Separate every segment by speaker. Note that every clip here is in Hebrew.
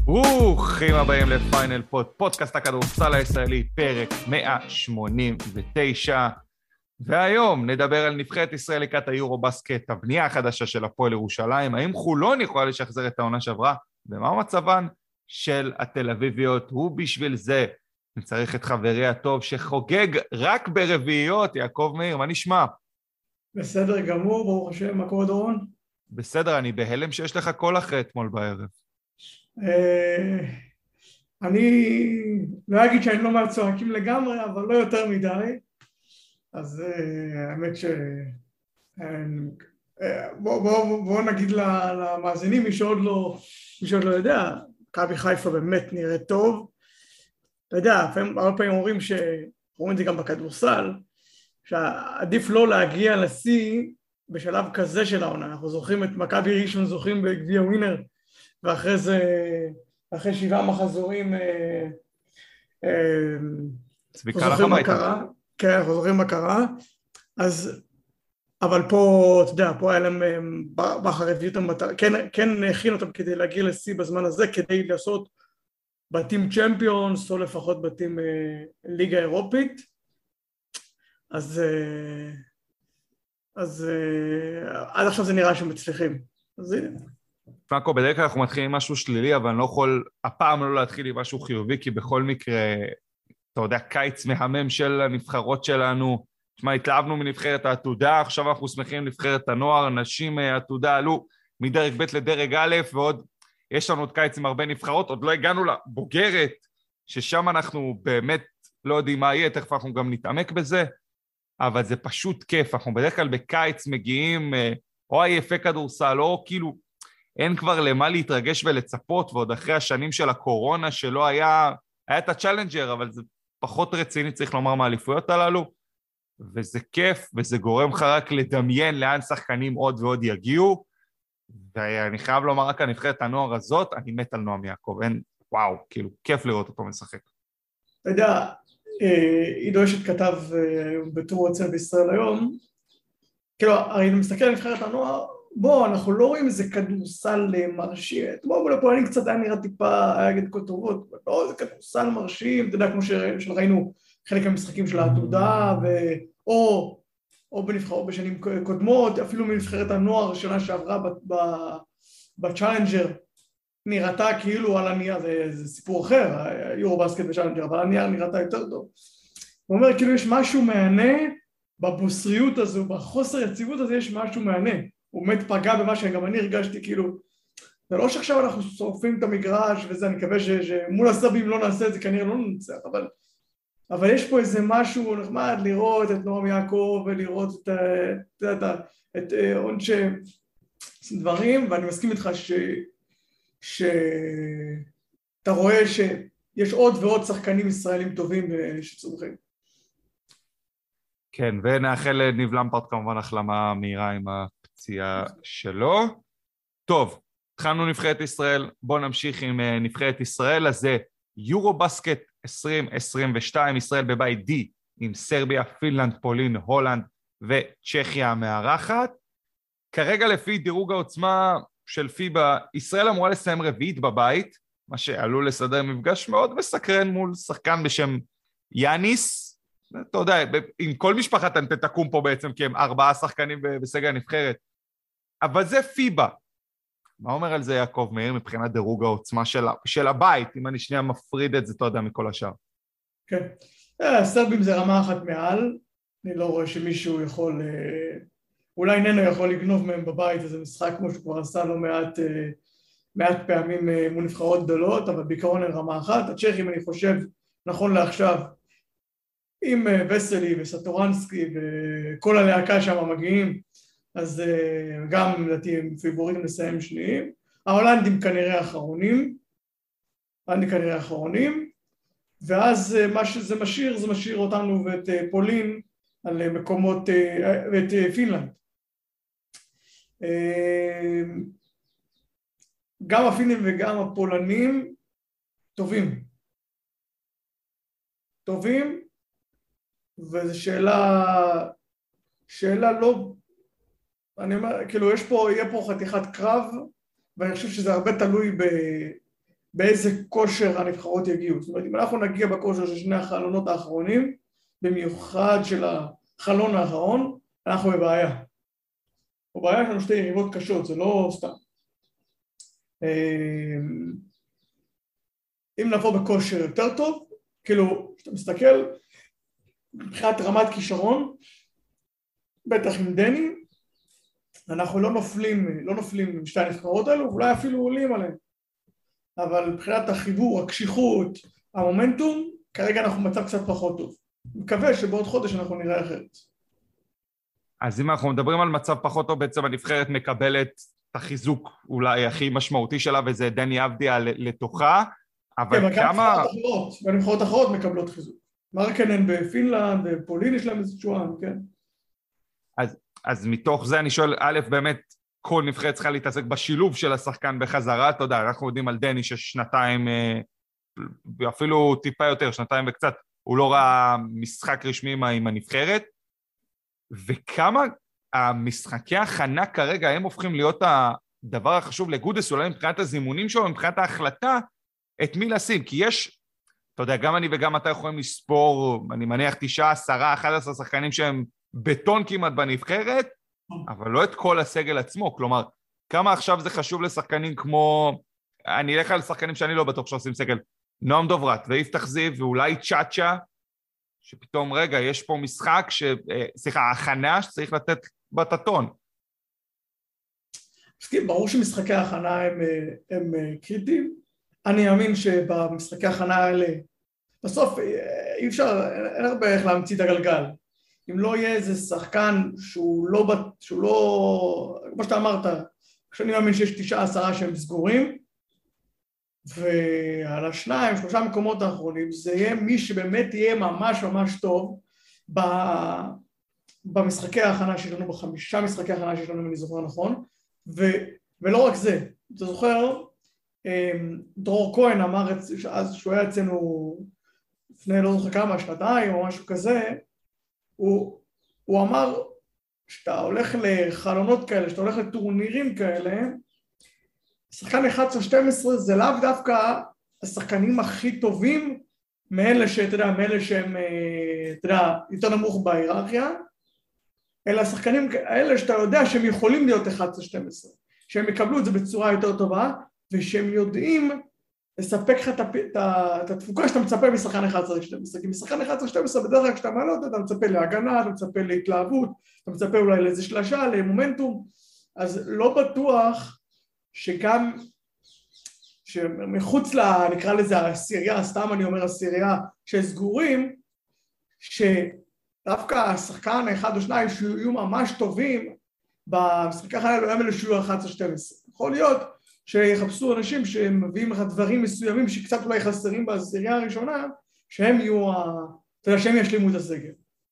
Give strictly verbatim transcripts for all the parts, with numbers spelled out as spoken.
Speaker 1: ברוכים הבאים לפיינל פוד, פודקאסט הכדורסל הישראלי, פרק מאה שמונים ותשע, והיום נדבר על נבחרת ישראל לקראת היורו בסקט, הבנייה החדשה של הפועל ירושלים, האם חולון יכולה לשחזר את העונה שעברה, ומה מצבן של התל אביביות. הוא בשביל זה אני צריך את חברי הטוב שחוגג רק ברביעיות, יעקב מאיר, מה נשמע?
Speaker 2: בסדר גמור, ברוך השם, מה קורה דורון?
Speaker 1: בסדר, אני בהלם שיש לך קול אחרי אתמול בערב.
Speaker 2: אני לא אגיד שאני לא מהצועקים לגמרי, אבל לא יותר מדי. אז האמת ש... בואו נגיד למאזינים, מי שעוד לא, מי שעוד לא יודע, מכבי חיפה באמת נראה טוב. אתה יודע, הרבה פעמים אומרים שאומרים את זה גם בכדורסל, שעדיף לא להגיע לשיא בשלב כזה של העונה. אנחנו זוכרים את מכבי ראשון, זוכרים בגביע ווינר, ואחרי זה, אחרי שבעה מחזורים,
Speaker 1: צביקה לך הביתה.
Speaker 2: כן, אנחנו זוכרים מה קרה. אז, אבל פה, אתה יודע, פה היה להם בחרביות המטרה, כן, כן הכין אותם כדי להגיע לשיא בזמן הזה, כדי לעשות בתים צ'מפיונס, או לפחות בתים ליגה אירופית. אז, אז עד עכשיו זה נראה שהם מצליחים. אז הנה.
Speaker 1: פרנקו, בדרך כלל אנחנו מתחילים עם משהו שלילי, אבל אני לא יכול הפעם לא להתחיל עם משהו חיובי, כי בכל מקרה, אתה יודע, קיץ מהמם של הנבחרות שלנו, תשמע, התלהבנו מנבחרת העתודה, עכשיו אנחנו שמחים לנבחרת הנוער, נשים העתודה עלו מדרג ב' לדרג א', ועוד יש לנו עוד קיץ עם הרבה נבחרות, עוד לא הגענו לבוגרת, ששם אנחנו באמת לא יודעים מה יהיה, תכף אנחנו גם נתעמק בזה, אבל זה פשוט כיף, אנחנו בדרך כלל בקיץ מגיעים, או עייפי כדורסל, או כאילו, אין כבר למה להתרגש ולצפות, ועוד אחרי השנים של הקורונה שלא היה, היה את הצ'לנג'ר, אבל זה פחות רציני, צריך לומר, מהאליפויות הללו, וזה כיף, וזה גורם לך רק לדמיין לאן שחקנים עוד ועוד יגיעו, ואני חייב לומר רק הנבחרת הנוער הזאת, אני מת על נועם יעקב, אין, וואו, כאילו, כיף לראות אותו משחק.
Speaker 2: אתה יודע, עידו אשת כתב בטור יוצא בישראל היום, כאילו, הרי אני מסתכל על נבחרת הנוער, בוא, אנחנו לא רואים איזה כדורסל מרשים, בוא, בוא, פה אני קצת היה נראה טיפה, היה להגיד כותרות, לא, זה כדורסל מרשים, אתה יודע, כמו שראינו חלק מהמשחקים של העתודה, או, או בנבחרות בשנים קודמות, אפילו מנבחרת הנוער, שנה שעברה בצ'אלנג'ר, נראתה כאילו על הנייר, זה, זה סיפור אחר, יורו בסקט וצ'אלנג'ר, אבל הנייר נראתה יותר טוב. הוא אומר, כאילו יש משהו מענה, בבוסריות הזו, בחוסר יציבות הזה יש משהו מענה. הוא באמת פגע במה שגם אני הרגשתי, כאילו, זה לא שעכשיו אנחנו שורפים את המגרש וזה, אני מקווה שמול הסבים לא נעשה את זה, כנראה לא ננצח, אבל, אבל יש פה איזה משהו נחמד לראות את נועם יעקב ולראות את, את, את, את עונש דברים, ואני מסכים איתך ש, שאתה רואה שיש עוד ועוד שחקנים ישראלים טובים שצומחים.
Speaker 1: כן, ונאחל לניב למפרט כמובן החלמה מהירה עם הפציעה שלו. טוב, התחלנו נבחרת ישראל, בואו נמשיך עם נבחרת ישראל, אז זה יורו בסקט עשרים עשרים ושתיים, ישראל בבית D, עם סרביה, פינלנד, פולין, הולנד וצ'כיה המארחת. כרגע לפי דירוג העוצמה של פיבה, ישראל אמורה לסיים רביעית בבית, מה שעלול לסדר מפגש מאוד מסקרן מול שחקן בשם יאניס, אתה יודע, עם כל משפחה אתם תקום פה בעצם, כי הם ארבעה שחקנים בסגל הנבחרת, אבל זה פיבה. מה אומר על זה יעקב מאיר מבחינת דירוג העוצמה של, של הבית, אם אני שנייה מפריד את זה, אתה יודע, מכל השאר?
Speaker 2: כן, סרבים זה רמה אחת מעל, אני לא רואה שמישהו יכול, אולי איננו יכול לגנוב מהם בבית, איזה משחק כמו שכבר עשה לא מעט, מעט פעמים מול נבחרות גדולות, אבל בעיקרון אין רמה אחת. הצ'כים אני חושב, נכון לעכשיו, עם וסלי וסטורנסקי וכל הלהקה שם מגיעים, אז גם לדעתי הם פיבורים לסיים שניים. ההולנדים כנראה אחרונים, ההולנדים כנראה אחרונים, ואז מה שזה משאיר, זה משאיר אותנו ואת פולין על מקומות, ואת פינלנד. גם הפינים וגם הפולנים טובים. טובים, וזו שאלה, שאלה לא, אני אומר, כאילו יש פה, יהיה פה חתיכת קרב, ואני חושב שזה הרבה תלוי ב, באיזה כושר הנבחרות יגיעו. זאת אומרת, אם אנחנו נגיע בכושר של שני החלונות האחרונים, במיוחד של החלון האחרון, אנחנו בבעיה. בבעיה יש לנו שתי יריבות קשות, זה לא סתם. אם נבוא בכושר יותר טוב, כאילו, כשאתה מסתכל, מבחינת רמת כישרון, בטח עם דני, אנחנו לא נופלים, לא נופלים עם שתי הנבחרות האלו, ואולי אפילו עולים עליהם. אבל מבחינת החיבור, הקשיחות, המומנטום, כרגע אנחנו במצב קצת פחות טוב. מקווה שבעוד חודש אנחנו נראה אחרת.
Speaker 1: אז אם אנחנו מדברים על מצב פחות טוב, בעצם הנבחרת מקבלת את החיזוק אולי הכי משמעותי שלה, וזה דני אבדיה לתוכה, אבל
Speaker 2: כן,
Speaker 1: כמה...
Speaker 2: והנבחרות אחרות מקבלות חיזוק. מרקנן בפינלנד, בפולין יש להם איזה שוען, כן.
Speaker 1: אז, אז מתוך זה אני שואל, א', באמת, כל נבחרת צריכה להתעסק בשילוב של השחקן בחזרה, אתה יודע, אנחנו יודעים על דני ששנתיים, אפילו טיפה יותר, שנתיים וקצת, הוא לא ראה משחק רשמי עם הנבחרת, וכמה המשחקי ההכנה כרגע הם הופכים להיות הדבר החשוב לגודס, אולי מבחינת הזימונים שלו, מבחינת ההחלטה, את מי לשים, כי יש, אתה יודע, גם אני וגם אתה יכולים לספור, אני מניח תשעה, עשרה, אחד עשר שחקנים שהם בטון כמעט בנבחרת, אבל לא את כל הסגל עצמו, כלומר, כמה עכשיו זה חשוב לשחקנים כמו, אני אלך על שחקנים שאני לא בטוח שעושים סגל, נועם דוברת ויפתח זיו ואולי צ'אצ'ה, שפתאום רגע, יש פה משחק, ש... סליחה, ההכנה שצריך לתת בטטון.
Speaker 2: ברור שמשחקי ההכנה הם, הם קריטיים, אני מאמין שבמשחקי ההכנה האלה, בסוף אי אפשר, אין הרבה איך להמציא את הגלגל, אם לא יהיה איזה שחקן שהוא לא, שהוא לא, כמו שאתה אמרת, כשאני מאמין שיש תשעה עשרה שהם סגורים, ועל השניים, שלושה מקומות האחרונים, זה יהיה מי שבאמת יהיה ממש ממש טוב במשחקי ההכנה שלנו, בחמישה משחקי ההכנה שלנו, אם אני זוכר נכון, ו, ולא רק זה, אתה זוכר, דרור כהן אמר אז שהוא היה אצלנו לפני לא זוכר כמה, שנתיים או משהו כזה, הוא, הוא אמר שאתה הולך לחלונות כאלה, שאתה הולך לטורנירים כאלה, שחקן אחת עשרה שתים עשרה זה לאו דווקא השחקנים הכי טובים מאלה שאתה יודע, מאלה שהם, אתה יודע, יותר נמוך בהיררכיה, אלא השחקנים האלה שאתה יודע שהם יכולים להיות אחת עשרה שתים עשרה, שהם יקבלו את זה בצורה יותר טובה, ושהם יודעים לספק לך את התפוקה שאתה מצפה משחקן אחת עשרה שתים עשרה, כי משחקן אחת עשרה שתים עשרה בדרך כלל כשאתה מעלה אותו, אתה מצפה להגנה, אתה מצפה להתלהבות, אתה מצפה אולי לאיזה שלשה, למומנטום, אז לא בטוח שגם, שמחוץ לה, נקרא לזה הסירייה, סתם אני אומר הסירייה, שסגורים, שדווקא השחקן האחד או שניים שיהיו ממש טובים, במשחקי האלה הם אלה שיהיו אחת עשרה שתים עשרה. יכול להיות שיחפשו אנשים שמביאים לך דברים מסוימים שקצת אולי חסרים בסירייה הראשונה, שהם יהיו, אתה יודע, שהם ישלימו את הסגל.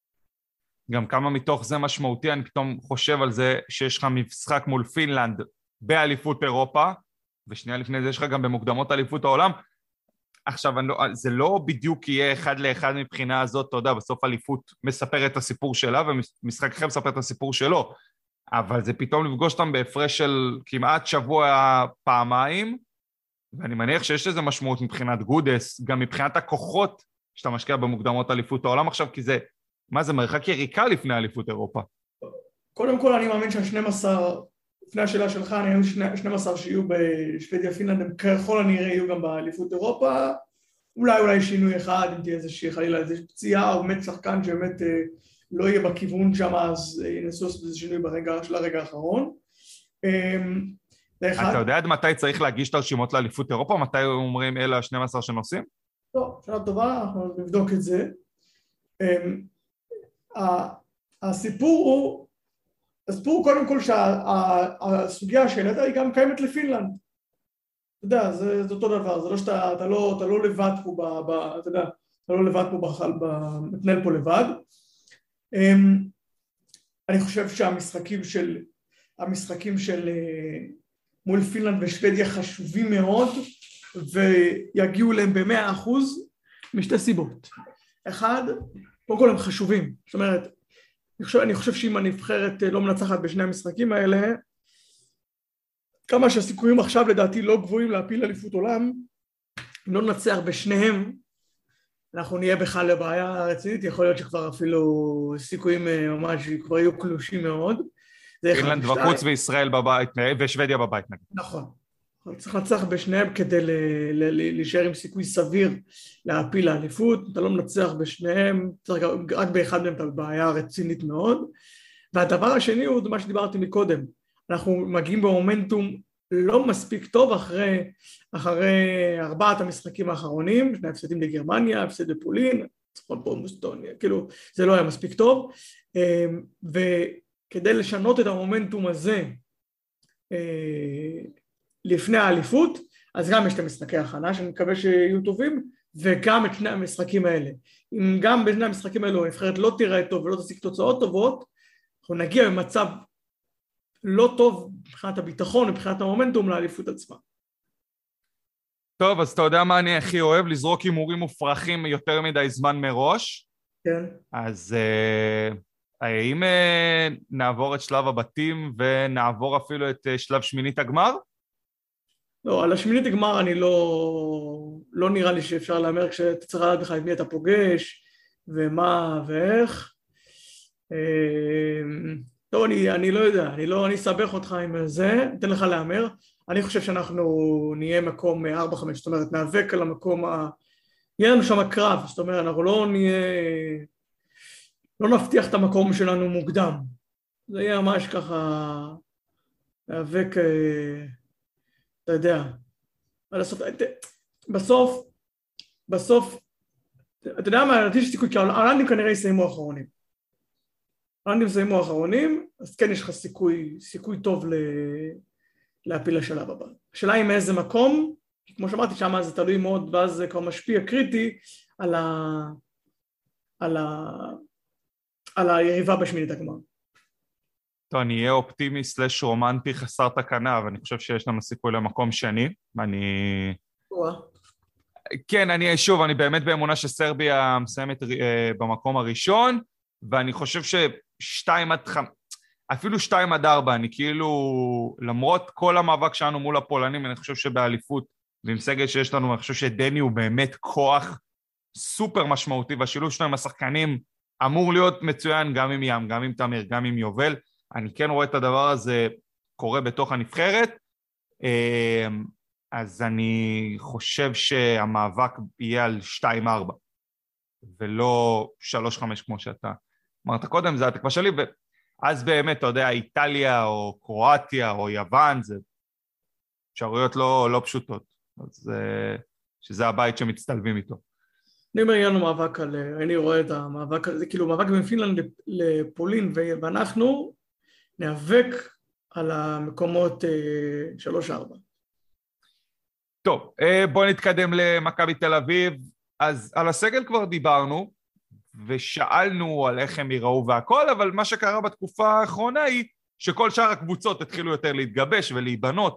Speaker 1: גם כמה מתוך זה משמעותי, אני פתאום חושב על זה שיש לך משחק מול פינלנד באליפות אירופה, ושנייה לפני זה יש לך גם במוקדמות אליפות העולם. עכשיו, זה לא בדיוק יהיה אחד לאחד מבחינה הזאת, אתה יודע, בסוף אליפות מספר את הסיפור שלה, ומשחק אחר מספר את הסיפור שלו, אבל זה פתאום לפגוש אותם בהפרש של כמעט שבוע פעמיים, ואני מניח שיש לזה משמעות מבחינת גודס, גם מבחינת הכוחות שאתה משקיע במוקדמות אליפות העולם עכשיו, כי זה, מה זה, מרחק יריקה לפני אליפות אירופה?
Speaker 2: קודם כל אני מאמין שה-שנים עשר, לפני השאלה שלך, אני מאמין ש-שנים עשר שיהיו בשוודיה פינלנד, הם ככל הנראה יהיו גם באליפות אירופה, אולי אולי שינוי אחד, אם תהיה איזושהי חלילה, איזושהי פציעה, או באמת שחקן שבאמת לא יהיה בכיוון שם, אז ינסו לעשות איזה שינוי ברגע של הרגע האחרון.
Speaker 1: אתה יודע עד מתי צריך להגיש את הרשימות לאליפות אירופה? מתי אומרים אלה ה-שנים עשר שנוסעים?
Speaker 2: לא, שאלה טובה, אנחנו נבדוק את זה. הסיפור הוא, הסיפור הוא קודם כל שהסוגיה שהעלית היא גם קיימת לפינלנד. אתה יודע, זה, זה אותו דבר, זה לא שאתה אתה לא, אתה לא לבד פה, ב, ב, אתה יודע, אתה לא לבד פה בחל, מתנהל פה לבד. אני חושב שהמשחקים של, המשחקים של מול פינלנד ושוודיה חשובים מאוד, ויגיעו להם במאה אחוז משתי סיבות. אחד, קודם כל הם חשובים, זאת אומרת, אני חושב, אני חושב שאם הנבחרת לא מנצחת בשני המשחקים האלה, כמה שהסיכויים עכשיו לדעתי לא גבוהים להפיל אליפות עולם, אם לא נצליח בשניהם, אנחנו נהיה בכלל לבעיה רצינית, יכול להיות שכבר אפילו סיכויים ממש כבר יהיו קלושים מאוד.
Speaker 1: פינלנד וחוץ וישראל בבית, ושוודיה בבית נגיד.
Speaker 2: נכון. צריך לנצח בשניהם כדי להישאר עם סיכוי סביר להפיל לאליפות, אתה לא מנצח בשניהם, צריך רק באחד מהם אתה בבעיה רצינית מאוד. והדבר השני הוא מה שדיברתי מקודם, אנחנו מגיעים במומנטום לא מספיק טוב אחרי, אחרי ארבעת המשחקים האחרונים, שני הפסדים לגרמניה, הפסד לפולין, צפון פה מוסטוניה, כאילו זה לא היה מספיק טוב, וכדי לשנות את המומנטום הזה לפני האליפות, אז גם יש את המשחקי ההכנה שאני מקווה שיהיו טובים, וגם את שני המשחקים האלה. אם גם בשני המשחקים האלו הנבחרת לא תראה טוב ולא תשיג תוצאות טובות, אנחנו נגיע במצב לא טוב מבחינת הביטחון, מבחינת המומנטום לאליפות עצמה.
Speaker 1: טוב, אז אתה יודע מה אני הכי אוהב? לזרוק הימורים מופרכים יותר מדי זמן מראש.
Speaker 2: כן.
Speaker 1: אז האם נעבור את שלב הבתים ונעבור אפילו את שלב שמינית הגמר?
Speaker 2: לא, על השמינית הגמר אני לא, לא נראה לי שאפשר לאמר כשאתה צריך לדעת בכלל את מי אתה פוגש, ומה ואיך. טוב, אני, אני לא יודע, אני לא, אני אסבך אותך עם זה, אתן לך לאמר. אני חושב שאנחנו נהיה מקום ארבע חמש, זאת אומרת, נאבק על המקום ה... יהיה לנו שם קרב, זאת אומרת, אנחנו לא נהיה... לא נבטיח את המקום שלנו מוקדם. זה יהיה ממש ככה... נאבק... אתה יודע, בסוף, בסוף, בסוף, אתה יודע מה, אני שתיקוי, כי ההולנדים כנראה יסיימו אחרונים. ההולנדים יסיימו אחרונים, אז כן יש לך סיכוי, סיכוי טוב להפיל לשלב הבא. השאלה היא מאיזה מקום, כמו שאמרתי, שם זה תלוי מאוד, ואז זה כבר משפיע קריטי על ה... על ה... על היריבה בשמינית הגמר.
Speaker 1: טוב, אני אהיה אופטימי סלש רומנטי חסר תקנה, ואני חושב שיש לנו סיכוי למקום שני. אני... כן, אני שוב, אני באמת באמונה שסרביה מסיימת במקום הראשון, ואני חושב ששתיים עד חמש, אפילו שתיים עד ארבע, אני כאילו, למרות כל המאבק שלנו מול הפולנים, אני חושב שבאליפות, ועם סגל שיש לנו, אני חושב שדני הוא באמת כוח סופר משמעותי, והשילוב שלנו עם השחקנים אמור להיות מצוין גם עם ים, גם עם תמיר, גם עם יובל. אני כן רואה את הדבר הזה קורה בתוך הנבחרת, אז אני חושב שהמאבק יהיה על שתיים ארבע, ולא שלוש חמש כמו שאתה אמרת קודם, זה התקווה שלי, ואז באמת, אתה יודע, איטליה או קרואטיה או יוון, זה אפשרויות לא, לא פשוטות, אז שזה הבית שמצטלבים איתו.
Speaker 2: אני אומר, יהיה לנו מאבק על, אני רואה את המאבק הזה, כאילו מאבק בין פינלנד לפולין, ואנחנו נאבק על המקומות שלוש ארבע.
Speaker 1: טוב, בואו נתקדם למכבי תל אביב. אז על הסגל כבר דיברנו, ושאלנו על איך הם יראו והכל, אבל מה שקרה בתקופה האחרונה היא שכל שאר הקבוצות התחילו יותר להתגבש ולהיבנות,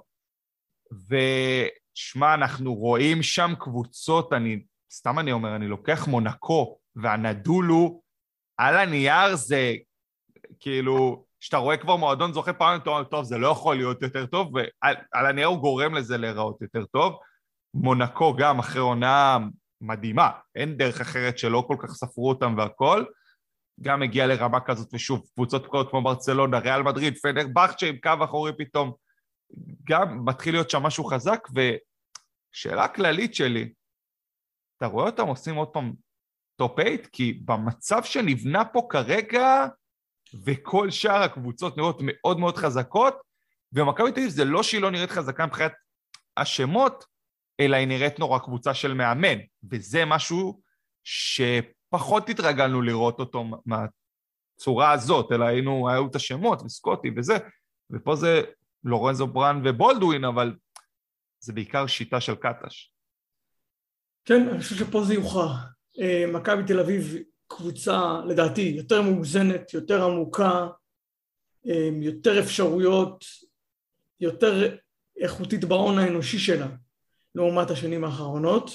Speaker 1: ושמה, אנחנו רואים שם קבוצות, אני, סתם אני אומר, אני לוקח מונקו, והנדולו, על הנייר זה, כאילו, שאתה רואה כבר מועדון זוכה פעם, טוב, טוב, זה לא יכול להיות יותר טוב, ועל על הנייר הוא גורם לזה להיראות יותר טוב. מונקו גם אחרי עונה מדהימה, אין דרך אחרת שלא כל כך ספרו אותם והכל, גם הגיע לרמה כזאת, ושוב, קבוצות פקעות כמו ברצלונה, ריאל מדריד, פנרבחצ'ה עם קו אחורי פתאום, גם מתחיל להיות שם משהו חזק, ושאלה כללית שלי, אתה רואה אותם עושים עוד פעם טופ אייט? כי במצב שנבנה פה כרגע, וכל שאר הקבוצות נראות מאוד מאוד חזקות, ומכבי תל אביב זה לא שהיא לא נראית חזקה מבחינת השמות, אלא היא נראית נורא קבוצה של מאמן, וזה משהו שפחות התרגלנו לראות אותו מהצורה הזאת, אלא היינו, היו את השמות וסקוטי וזה, ופה זה לורנזו ברן ובולדווין, אבל זה בעיקר שיטה של קטש.
Speaker 2: כן, אני חושב שפה זה יוכל. מכבי תל אביב קבוצה, לדעתי, יותר מאוזנת, יותר עמוקה, יותר אפשרויות, יותר איכותית בהון האנושי שלה, לעומת השנים האחרונות.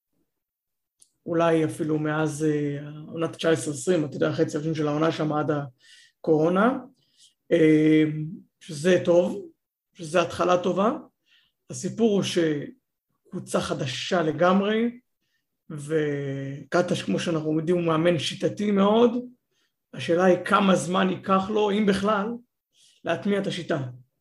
Speaker 2: אולי אפילו מאז עונת תשע עשרה עשרים, אתה יודע, החצי הראשון של העונה שם עד הקורונה, שזה טוב, שזה התחלה טובה. הסיפור הוא קבוצה חדשה לגמרי, וקטש, כמו שאנחנו יודעים, הוא מאמן שיטתי מאוד. השאלה היא כמה זמן ייקח לו, אם בכלל, להטמיע את השיטה.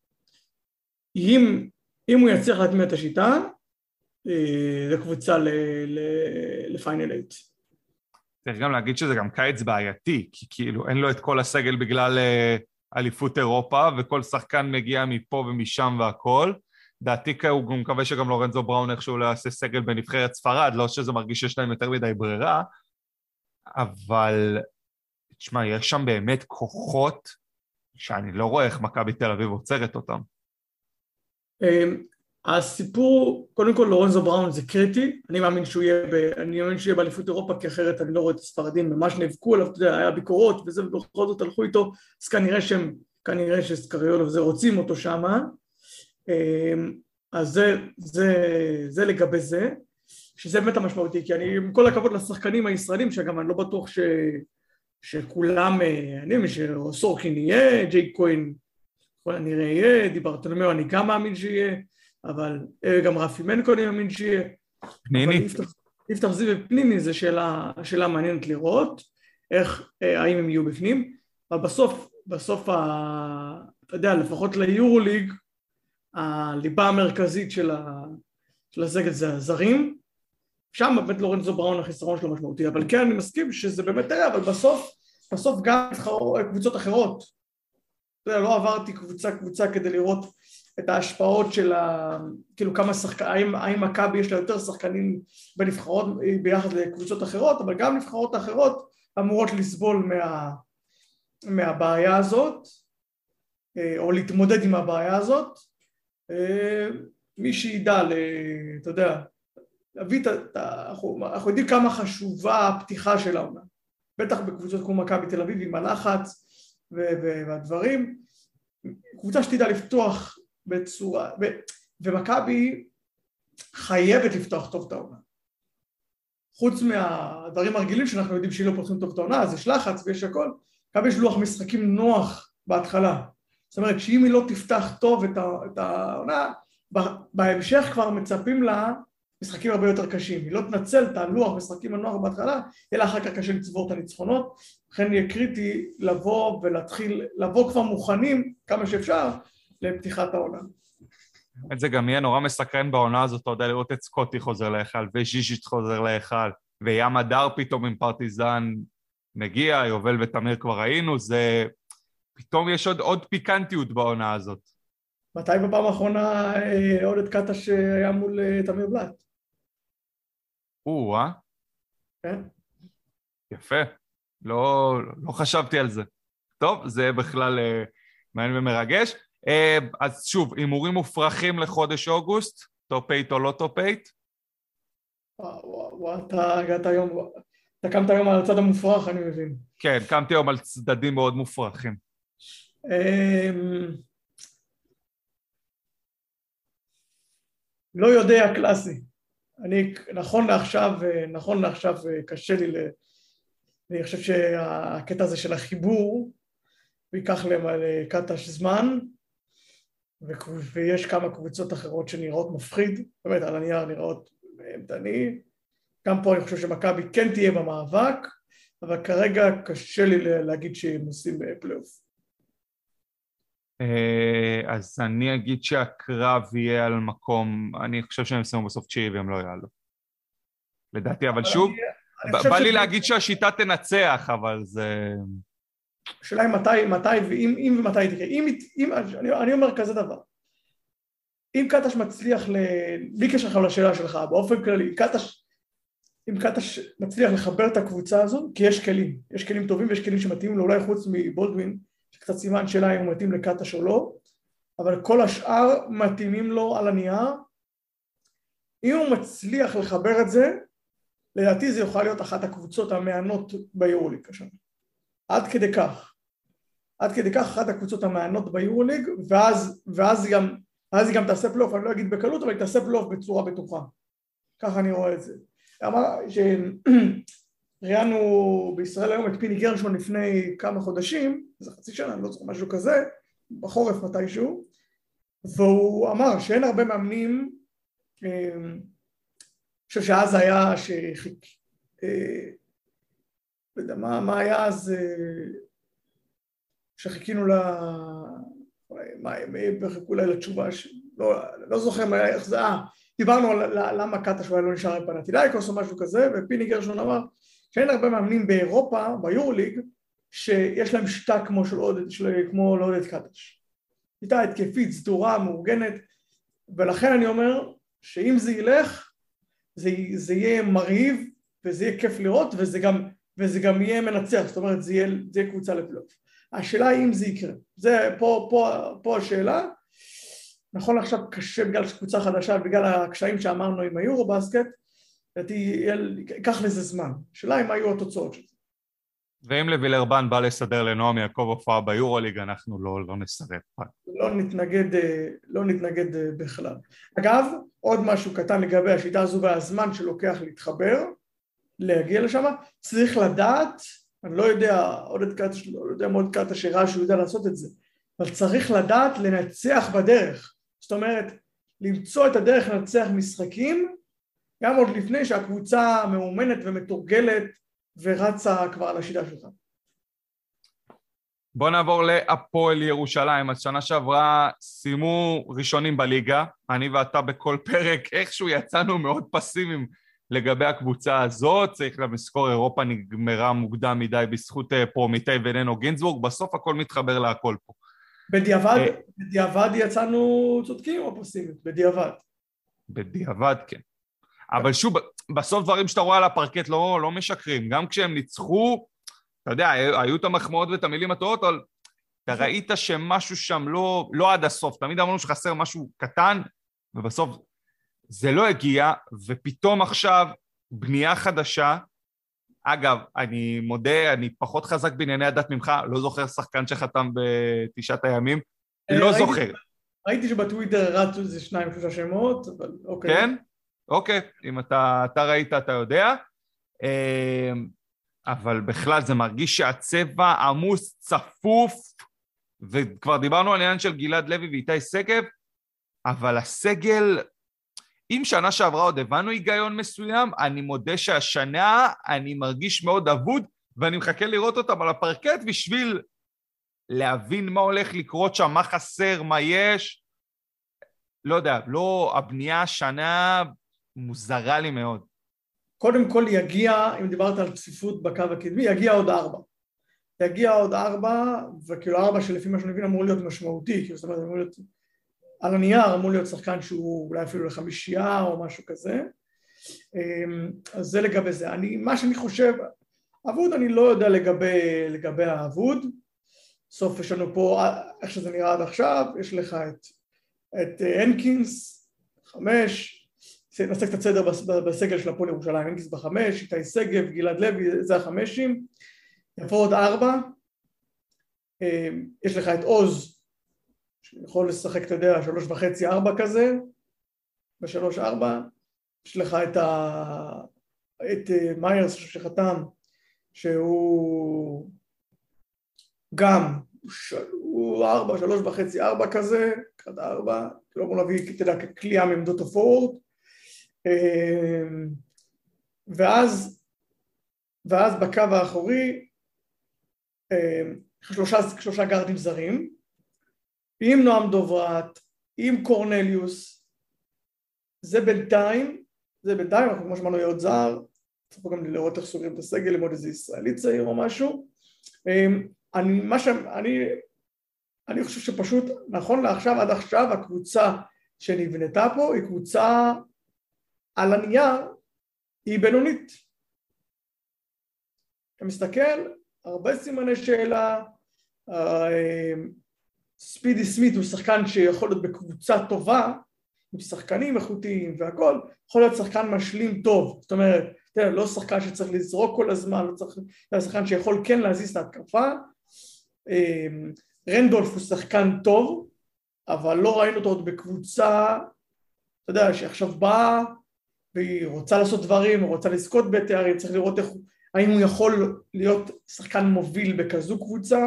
Speaker 2: אם, אם הוא יצליח להטמיע את השיטה, זה קבוצה לפיינל אייט.
Speaker 1: צריך גם להגיד שזה גם קיץ בעייתי, כי כאילו אין לו את כל הסגל בגלל אליפות אירופה, וכל שחקן מגיע מפה ומשם והכל. דעתי הוא מקווה שגם לורנזו בראון איכשהו לא יעשה סגל בנבחרת ספרד, לא שזה מרגיש שיש להם יותר מדי ברירה, אבל תשמע, יש שם באמת כוחות שאני לא רואה איך מכבי תל אביב עוצרת אותם.
Speaker 2: הסיפור, קודם כל לורנזו בראון זה קריטי, אני מאמין שהוא יהיה, ב, אני מאמין שהוא יהיה באליפות אירופה, כי אחרת אני לא רואה את הספרדים ממש נאבקו עליו, אתה יודע, היה ביקורות וזה, ובכל זאת הלכו איתו, אז כנראה שהם, כנראה שסקריולוב זה רוצים אותו שם, אז זה, זה, זה לגבי זה, שזה באמת המשמעותי, כי אני, עם כל הכבוד לשחקנים הישראלים, שגם אני לא בטוח ש, שכולם, אני מאמין שסורקין יהיה, ג'ייק כהן, כל הנראה יהיה, דיברטולומיאו, אני גם מאמין שיהיה, אבל גם רפי מנקו אני מאמין שיהיה.
Speaker 1: פניני.
Speaker 2: יפתח זיו ופניני זה שאלה, שאלה מעניינת לראות, איך, האם הם יהיו בפנים, אבל בסוף, בסוף, ה, אתה יודע, לפחות ליורוליג, הליבה המרכזית של, ה, של הסגל זה הזרים, שם באמת לורנזו בראון החיסרון שלו משמעותי, אבל כן אני מסכים שזה באמת היה, אבל בסוף, בסוף גם קבוצות אחרות, אתה יודע, לא עברתי קבוצה קבוצה כדי לראות את ההשפעות של ה... כאילו כמה שחקנים, האם מכבי יש לה יותר שחקנים בנבחרות ביחד לקבוצות אחרות, אבל גם נבחרות אחרות אמורות לסבול מה... מהבעיה הזאת, או להתמודד עם הבעיה הזאת. מי שידע, אתה יודע, להביא את ה... אנחנו יודעים כמה חשובה הפתיחה של העונה, בטח בקבוצות כמו מכבי תל אביב עם הלחץ והדברים, קבוצה שתדע לפתוח בצורה, ו... ומכבי חייבת לפתוח טוב את העונה. חוץ מהדברים הרגילים שאנחנו יודעים שהיא לא פותחים טוב את העונה, אז יש לחץ ויש הכל, מכבי יש לוח משחקים נוח בהתחלה. זאת אומרת, שאם היא לא תפתח טוב את העונה, בהמשך כבר מצפים לה משחקים הרבה יותר קשים. היא לא תנצל את הלוח משחקים הנוח בהתחלה, אלא אחר כך קשה לצבור את הניצחונות. לכן יהיה קריטי לבוא ולהתחיל, לבוא כבר מוכנים כמה שאפשר לפתיחת העונה.
Speaker 1: זה גם יהיה נורא מסקרן בעונה הזאת, אתה יודע לראות את סקוטי חוזר להיכל, וז'יז'יץ' חוזר להיכל, וים הדר פתאום עם פרטיזן מגיע, יובל ותמיר כבר ראינו, זה... פתאום יש עוד, עוד פיקנטיות בעונה הזאת.
Speaker 2: מתי בפעם האחרונה עודד קטש היה מול תמיר בלאט?
Speaker 1: או, אה?
Speaker 2: כן.
Speaker 1: יפה. לא, לא חשבתי על זה. טוב, זה בכלל מעניין ומרגש. אז שוב, הימורים מופרכים לחודש אוגוסט, טופ אייט או לא טופ אייט?
Speaker 2: וואו, וואו, אתה הגעת היום, אתה קמת היום על הצד המופרח, אני מבין. כן,
Speaker 1: קמתי היום על צדדים מאוד מופרכים.
Speaker 2: לא יודע, קלאסי. אני, נכון לעכשיו, נכון לעכשיו, קשה לי, אני חושב שהקטע הזה של החיבור, ויקח לקטש זמן, ויש כמה קבוצות אחרות שנראות מפחיד, באמת על הנייר נראות אימתני, גם פה אני חושב שמכבי כן תהיה במאבק, אבל כרגע קשה לי להגיד שהם עושים פלייאוף.
Speaker 1: אז אני אגיד שהקרב יהיה על מקום, אני חושב שהם ישימו בסוף תשיעי והם לא יעלו. לדעתי, אבל שוב, בא לי להגיד שהשיטה תנצח, אבל זה...
Speaker 2: השאלה היא מתי, מתי ואם ומתי היא תקרה. אם, אני אומר כזה דבר, אם קטש מצליח, בלי קשר לך לשאלה שלך, באופן כללי, קטש, אם קטש מצליח לחבר את הקבוצה הזו, כי יש כלים, יש כלים טובים ויש כלים שמתאימים לו, אולי חוץ מבולדווין, שקצת סימן שאלה אם הוא מתאים לקטש או לא, אבל כל השאר מתאימים לו על הנייר. אם הוא מצליח לחבר את זה, לדעתי זה יוכל להיות אחת הקבוצות המענות ביורוליג השנה. עד כדי כך. עד כדי כך אחת הקבוצות המענות ביורוליג, ואז, ואז גם, אז היא גם תעשה פלייאוף, אני לא אגיד בקלות, אבל היא תעשה פלייאוף בצורה בטוחה. ככה אני רואה את זה. אמר שראיינו בישראל היום את פיני גרשון לפני כמה חודשים, זה חצי שנה, אני לא זוכר משהו כזה, בחורף מתישהו, והוא אמר שאין הרבה מאמנים חושב שאז היה שחיק... לא יודע, מה, מה היה אז שחיכינו ל... מה, הם חיכו לה לתשובה, ש... לא, לא זוכר מה, איך זה, אה, דיברנו על למה קטש אולי לא נשאר עם פנתינאיקוס או משהו כזה, ופיני גרשון אמר שאין הרבה מאמנים באירופה, ביורוליג, שיש להם שיטה כמו של עודד, של... כמו לעודד קטש. שיטה התקפית, סדורה, מאורגנת, ולכן אני אומר שאם זה ילך, זה, זה יהיה מרהיב, וזה יהיה כיף לראות, וזה גם, וזה גם יהיה מנצח, זאת אומרת, זה יהיה, זה יהיה קבוצה לפלייאוף. השאלה היא אם זה יקרה. זה פה, פה, פה השאלה. נכון עכשיו קשה בגלל קבוצה חדשה, בגלל הקשיים שאמרנו עם היורו-בסקט, ייקח לזה זמן. השאלה היא מה יהיו התוצאות של זה.
Speaker 1: ואם לווילרבן בא לסדר לנועם יעקב הופעה ביורוליג, אנחנו לא, לא נסרב.
Speaker 2: לא נתנגד, לא נתנגד בכלל. אגב, עוד משהו קטן לגבי השיטה הזו והזמן שלוקח להתחבר, להגיע לשם, צריך לדעת, אני לא יודע, עודד קטש, לא יודע מה עודד קטש הראה שהוא יודע לעשות את זה, אבל צריך לדעת לנצח בדרך. זאת אומרת, למצוא את הדרך לנצח משחקים, גם עוד לפני שהקבוצה מאומנת ומתורגלת ורצה כבר על השיטה שלך.
Speaker 1: בוא נעבור להפועל ירושלים. אז שנה שעברה סיימו ראשונים בליגה, אני ואתה בכל פרק, איכשהו יצאנו מאוד פסימיים לגבי הקבוצה הזאת, צריך לזכור, אירופה נגמרה מוקדם מדי בזכות פרומיטי וננו גינזבורג, בסוף הכל מתחבר להכל פה.
Speaker 2: בדיעבד, בדיעבד יצאנו צודקים או פסימית? בדיעבד.
Speaker 1: בדיעבד, כן. אבל שוב, בסוף דברים שאתה רואה על הפרקט לא, לא משקרים, גם כשהם ניצחו, אתה יודע, היו את המחמאות ואת המילים הטובות, אבל אתה ראית שמשהו שם לא, לא עד הסוף, תמיד אמרנו שחסר משהו קטן, ובסוף זה לא הגיע, ופתאום עכשיו בנייה חדשה, אגב, אני מודה, אני פחות חזק בענייני הדת ממך, לא זוכר שחקן שחתם בתשעת הימים, לא זוכר.
Speaker 2: ראיתי שבטוויטר רצו איזה שניים, שלושה שמות, אבל אוקיי.
Speaker 1: כן? אוקיי, אם אתה, אתה ראית, אתה יודע. אבל בכלל זה מרגיש שהצבע עמוס, צפוף, וכבר דיברנו על עניין של גלעד לוי ואיתי סגב, אבל הסגל, אם שנה שעברה עוד הבנו היגיון מסוים, אני מודה שהשנה אני מרגיש מאוד אבוד, ואני מחכה לראות אותם על הפרקט בשביל להבין מה הולך לקרות שם, מה חסר, מה יש. לא יודע, לא, הבנייה השנה מוזרה לי מאוד.
Speaker 2: קודם כל יגיע, אם דיברת על צפיפות בקו הקדמי, יגיע עוד ארבע. יגיע עוד ארבע, וכאילו ארבע שלפי מה שאני מבין אמור להיות משמעותי, כאילו זאת אומרת, אמור להיות, על הנייר אמור להיות שחקן שהוא אולי אפילו לחמישייה או משהו כזה. אז זה לגבי זה. אני, מה שאני חושב, אבוד אני לא יודע לגבי, לגבי האבוד. סוף יש לנו פה, איך שזה נראה עד עכשיו, יש לך את, את הנקינס, חמש, נעשה קצת סדר בסגל של הפועל ירושלים, הנקינס בחמש, איתי סגב, גלעד לוי, זה החמשים, יבוא עוד ארבע, יש לך את עוז, שיכול לשחק, אתה יודע, שלוש וחצי, ארבע כזה, בשלוש ארבע, יש לך את, ה... את מיירס שחתם, שהוא גם, הוא ארבע, שלוש וחצי, ארבע כזה, קראת ארבע, לא בוא נביא, אתה יודע, כקליעה מעמדות הפורט, ואז, ואז בקו האחורי, שלושה, שלושה גארדים זרים, עם נועם דוברת, עם קורנליוס, זה בינתיים, זה בינתיים, אנחנו כמו שמענו יהיה זר, צריך גם לראות איך סוגרים את הסגל, ללמוד איזה ישראלי צעיר או משהו, אני, מה שאני, אני חושב שפשוט, נכון לעכשיו, עד עכשיו, הקבוצה שנבנתה פה, היא קבוצה על הנייר, היא בינונית. אתה מסתכל, הרבה סימני שאלה, ספידי סמית הוא שחקן שיכול להיות בקבוצה טובה, עם שחקנים איכותיים והכל, יכול להיות שחקן משלים טוב, זאת אומרת, תראה, לא שחקן שצריך לזרוק כל הזמן, לא צריך, זה שחקן שיכול כן להזיז את ההתקפה, רנדולף הוא שחקן טוב, אבל לא ראינו אותו עוד בקבוצה, אתה יודע, שעכשיו באה, והיא רוצה לעשות דברים, היא רוצה לזכות בתארים, צריך לראות איך, האם הוא יכול להיות שחקן מוביל בכזו קבוצה.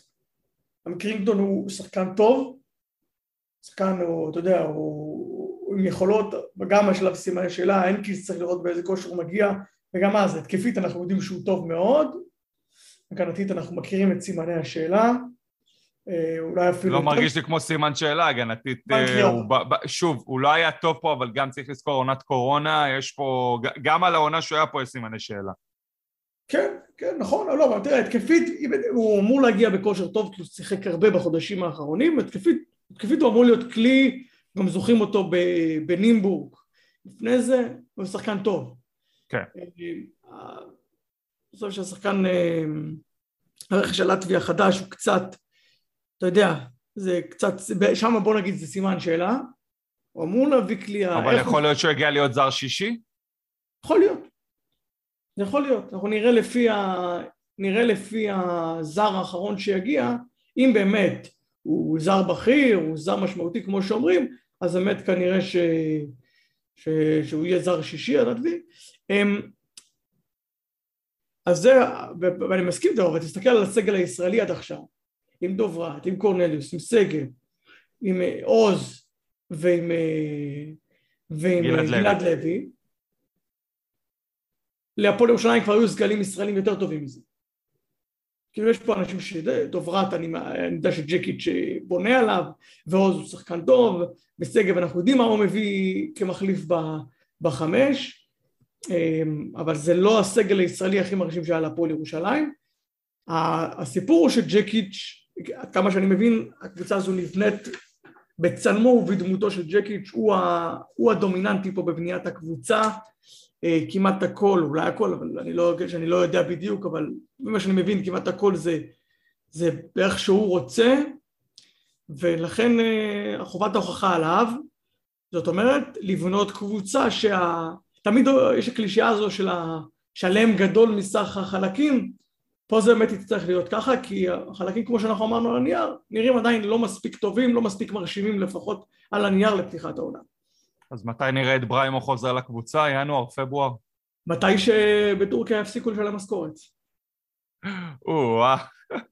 Speaker 2: המקרינגטון הוא שחקן טוב, שחקן הוא, אתה יודע, הוא, עם יכולות, גם השלב סימן השאלה, האנקיס צריך לראות באיזה כושר הוא מגיע, וגם אז, התקפית אנחנו יודעים שהוא טוב מאוד, הגנתית אנחנו מכירים את סימני השאלה, אולי אפילו...
Speaker 1: לא מרגיש לי כמו סימן שאלה, הגנתית, שוב, הוא לא היה טוב פה, אבל גם צריך לזכור עונת קורונה, יש פה, גם על העונה שהוא היה פה יש סימני שאלה.
Speaker 2: כן, כן, נכון, לא, אבל תראה, התקפית, הוא אמור להגיע בכושר טוב, כי הוא שיחק הרבה בחודשים האחרונים, התקפית, התקפית הוא אמור להיות כלי, גם זוכרים אותו בנימבורג, לפני זה הוא שחקן טוב.
Speaker 1: כן.
Speaker 2: בסוף שהשחקן, הרכש של לטביה החדש הוא קצת, אתה יודע, זה קצת, שם בוא נגיד זה סימן שאלה, הוא אמור להביא כלי...
Speaker 1: אבל יכול להיות שהוא הגיע להיות זר שישי?
Speaker 2: יכול להיות. זה יכול להיות, אנחנו נראה לפי, ה... נראה לפי הזר האחרון שיגיע, אם באמת הוא זר בכיר, הוא זר משמעותי כמו שאומרים, אז באמת כנראה ש... ש... שהוא יהיה זר שישי, הדעתי. אז זה, ואני מסכים איתו, אבל תסתכל על הסגל הישראלי עד עכשיו, עם דוברת, עם קורנליוס, עם סגל, עם עוז ועם, ועם גלעד, גלעד לוי. לוי. להפועל ירושלים כבר היו סגלים ישראלים יותר טובים מזה. כאילו יש פה אנשים שדוברת, אני, אני יודע שג'קיץ' בונה עליו, ועוז הוא שחקן טוב, בסגל, ואנחנו יודעים מה הוא מביא כמחליף בחמש, אבל זה לא הסגל הישראלי הכי מרשים שהיה להפועל ירושלים. הסיפור הוא שג'קיץ', עד כמה שאני מבין, הקבוצה הזו נבנית בצלמו ובדמותו של ג'קיץ', הוא, ה, הוא הדומיננטי פה בבניית הקבוצה, כמעט הכל, אולי הכל, אבל אני לא, שאני לא יודע בדיוק, אבל במה שאני מבין, כמעט הכל זה, זה איך שהוא רוצה, ולכן חובת ההוכחה עליו, זאת אומרת, לבנות קבוצה שה... תמיד יש הקלישאה הזו של השלם גדול מסך החלקים, פה זה באמת יצטרך להיות ככה, כי החלקים כמו שאנחנו אמרנו על הנייר, נראים עדיין לא מספיק טובים, לא מספיק מרשימים לפחות על הנייר לפתיחת העונה.
Speaker 1: אז מתי נראה את בריימו חוזר לקבוצה? ינואר, פברואר?
Speaker 2: מתי שבטורקיה יפסיקו לשלם משכורת.
Speaker 1: או-אה.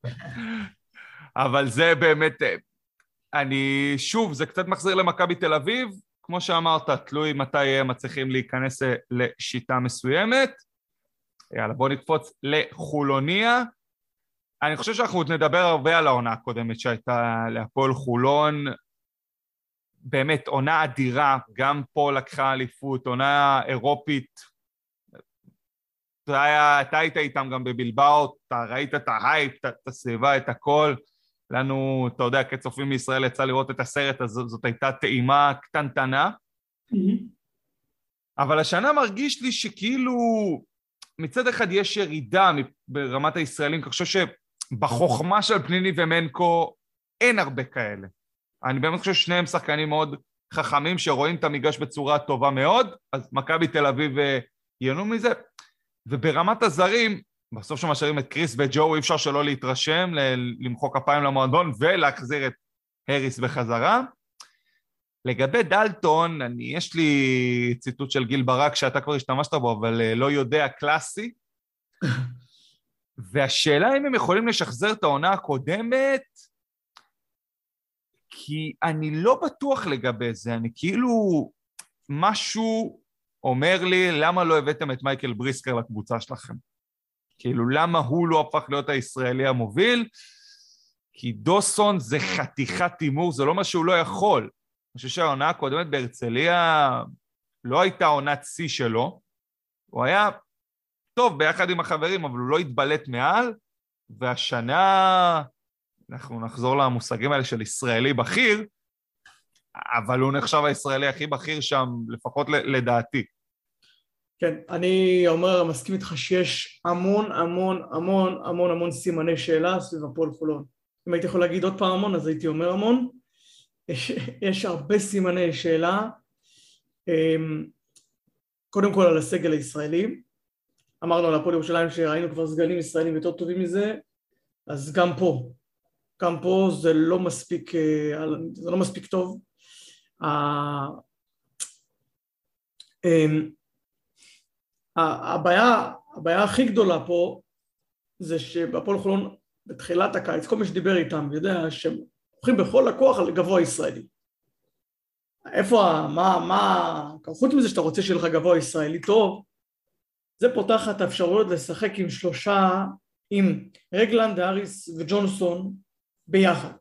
Speaker 1: אבל זה באמת, אני שוב, זה קצת מחזיר למכבי תל אביב, כמו שאמרת, תלוי מתי הם מצליחים להיכנס לשיטה מסוימת. יאללה, בוא נקפוץ לחולוניה. אני חושב שאנחנו נדבר הרבה על העונה הקודמת שהייתה להפועל חולון, באמת עונה אדירה, גם פה לקחה אליפות, עונה אירופית, אתה, היה, אתה היית איתם גם בבלבאו, אתה ראית את ההייפ, את הסביבה, את הכל, לנו, אתה יודע, כצופים מישראל יצא לראות את הסרט, אז זאת הייתה טעימה קטנטנה, mm-hmm. אבל השנה מרגיש לי שכאילו, מצד אחד יש ירידה ברמת הישראלים, אני חושב שבחוכמה של פניני ומנקו אין הרבה כאלה. אני באמת חושב ששניהם שחקנים מאוד חכמים שרואים את המגרש בצורה טובה מאוד, אז מכבי תל אביב ייהנו מזה, וברמת הזרים, בסוף שמשאירים את קריס וג'ו, אי אפשר שלא להתרשם, למחוא כפיים למועדון ולהחזיר את הריס בחזרה. לגבי דלטון, אני, יש לי ציטוט של גיל ברק שאתה כבר השתמשת בו, אבל לא יודע, קלאסי. והשאלה אם הם יכולים לשחזר את העונה הקודמת, כי אני לא בטוח לגבי זה, אני כאילו, משהו אומר לי, למה לא הבאתם את מייקל בריסקר לקבוצה שלכם? כאילו, למה הוא לא הפך להיות הישראלי המוביל? כי דוסון זה חתיכת תימור, זה לא מה שהוא לא יכול. אני חושב שהעונה הקודמת בהרצליה לא הייתה עונת שיא שלו, הוא היה טוב ביחד עם החברים, אבל הוא לא התבלט מעל, והשנה, אנחנו נחזור למושגים האלה של ישראלי בכיר, אבל הוא נחשב הישראלי הכי בכיר שם, לפחות לדעתי.
Speaker 2: כן, אני אומר, מסכים איתך שיש המון, המון, המון, המון, המון סימני שאלה סביב הפועל חולון. אם הייתי יכול להגיד עוד פעם המון, אז הייתי אומר המון. יש, יש הרבה סימני שאלה. קודם כל על הסגל הישראלי. אמרנו על הפועל ירושלים שראינו כבר סגלים ישראלים יותר טובים מזה, אז גם פה. גם פה זה לא מספיק, זה לא מספיק טוב. הבעיה, הבעיה הכי גדולה פה זה שבהפועל חולון בתחילת הקיץ, כל מי שדיבר איתם, יודע שהם הולכים בכל הכוח על גבוה ישראלי. איפה, ה- מה, מה, חוץ מזה שאתה רוצה שיהיה לך גבוה ישראלי טוב, זה פותח את האפשרויות לשחק עם שלושה, עם רגלנד, האריס וג'ונסון ביחד.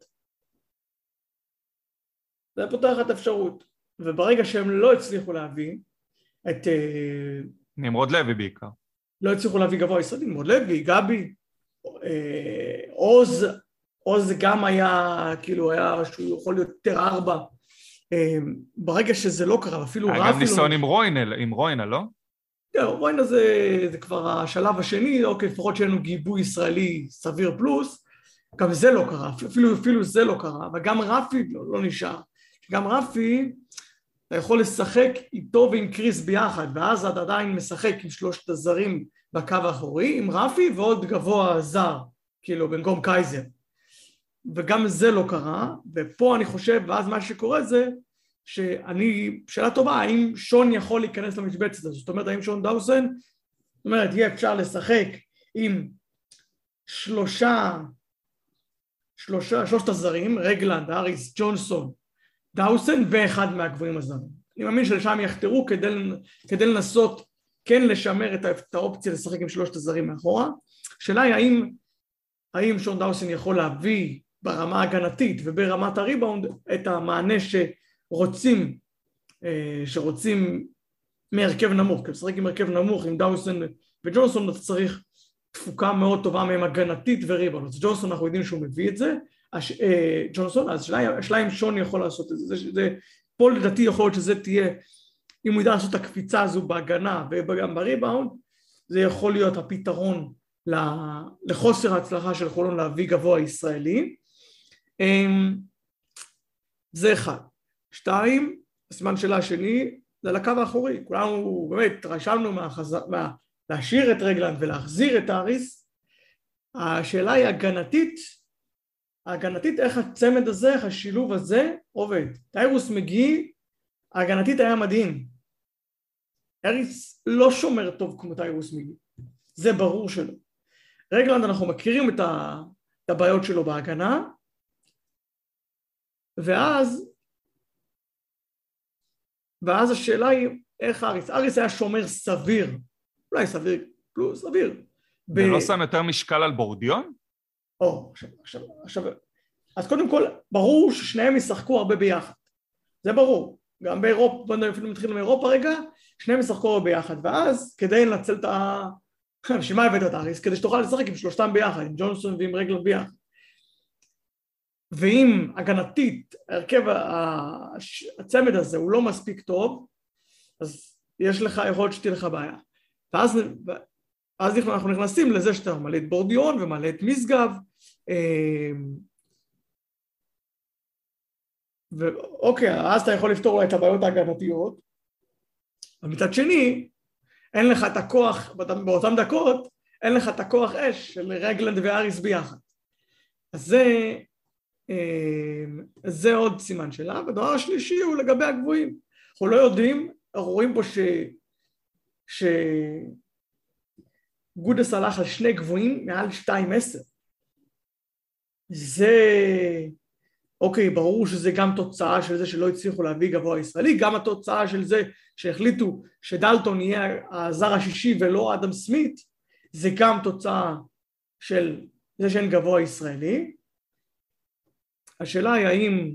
Speaker 2: זה פותח את האפשרות, וברגע שהם לא הצליחו להביא את... אה,
Speaker 1: נמרוד לוי בעיקר.
Speaker 2: לא הצליחו להביא גבוה ישראלי, נמרוד לוי, גבי, אה, עוז, עוז גם היה, כאילו היה שהוא יכול להיות יותר ארבע, אה, ברגע שזה לא קרה, אפילו רפי לא...
Speaker 1: היה גם ניסיון עם רוינל, עם רוינל, לא?
Speaker 2: רוינה זה, זה כבר השלב השני, אוקיי, לפחות שאין לנו גיבוי ישראלי סביר פלוס, גם זה לא קרה, אפילו, אפילו זה לא קרה, וגם רפי לא, לא נשאר. גם רפי, אתה יכול לשחק איתו ועם קריס ביחד, ואז אתה עדיין משחק עם שלושת הזרים בקו האחורי, עם רפי ועוד גבוה זר, כאילו, במקום קייזר. וגם זה לא קרה, ופה אני חושב, ואז מה שקורה זה, שאני, שאלה טובה, האם שון יכול להיכנס למשבצת הזאת? זאת אומרת, האם שון דאוסן, זאת אומרת, יהיה אפשר לשחק עם שלושה, שלושה, שלושת הזרים, רגלנד, האריס, ג'ונסון, דאוסן, ואחד מהגבוהים הזרים. אני מאמין שלשם יחתרו כדי, כדי לנסות כן לשמר את, את האופציה לשחק עם שלושת הזרים מאחורה. שאלה היא, האם, האם שון דאוסן יכול להביא ברמה ההגנתית וברמת הריבאונד את המענה ש... רוצים, שרוצים מהרכב נמוך, כי לשחק עם הרכב נמוך, עם דאוסן וג'ונסון, אתה צריך תפוקה מאוד טובה מהם הגנתית וריבאונד. אז ג'ונסון, אנחנו יודעים שהוא מביא את זה, הש, ג'ונסון, אז השאלה אם שון יכול לעשות את זה, זה, זה פה לדעתי יכול להיות שזה תהיה, אם הוא ידע לעשות את הקפיצה הזו בהגנה וגם בריבאונד, זה יכול להיות הפתרון לחוסר ההצלחה של חולון להביא גבוה ישראלי. זה אחד. שתיים, הסימן שאלה השני, זה על הקו האחורי. כולנו באמת רשמנו מהחז... מה... להשאיר את רגלנד ולהחזיר את האריס. השאלה היא הגנתית, הגנתית איך הצמד הזה, איך השילוב הזה עובד. טיירוס מגי, הגנתית היה מדהים. אריס לא שומר טוב כמו טיירוס מגי. זה ברור שלא. רגלנד אנחנו מכירים את, ה... את הבעיות שלו בהגנה, ואז ואז השאלה היא, איך אריס? אריס היה שומר סביר, אולי סביר, פלוס סביר.
Speaker 1: ולא שם יותר משקל על בורדיון?
Speaker 2: או, עכשיו, עכשיו, עכשיו, אז קודם כל, ברור ששניהם ישחקו הרבה ביחד. זה ברור. גם באירופה, בואו אפילו מתחיל מאירופה רגע, שניהם ישחקו הרבה ביחד, ואז כדי לנצל את ה... בשביל מה הבאת את אריס? כדי שתוכל לשחק עם שלושתם ביחד, עם ג'ונסון ועם רגלנד ביחד. ואם הגנתית, הרכב הצמד הזה הוא לא מספיק טוב, אז יש לך, יכול להיות שתהיה לך בעיה. ואז, אז אנחנו נכנסים לזה שאתה מלא את בורדיון ומלא את משגב, ואוקיי, אז אתה יכול לפתור את הבעיות ההגנתיות, ומצד שני, אין לך את הכוח, באותן דקות, אין לך את הכוח אש של רגלנד ואריס ביחד. אז זה... זה עוד סימן שלה, והדבר השלישי הוא לגבי הגבוהים. אנחנו לא יודעים, אנחנו רואים פה ש... שגודס הלך על שני גבוהים מעל שתיים עשר. זה, אוקיי, ברור שזה גם תוצאה של זה שלא הצליחו להביא גבוה ישראלי, גם התוצאה של זה שהחליטו שדלטון יהיה הזר השישי ולא אדם סמית, זה גם תוצאה של זה שאין גבוה ישראלי. השאלה היא האם,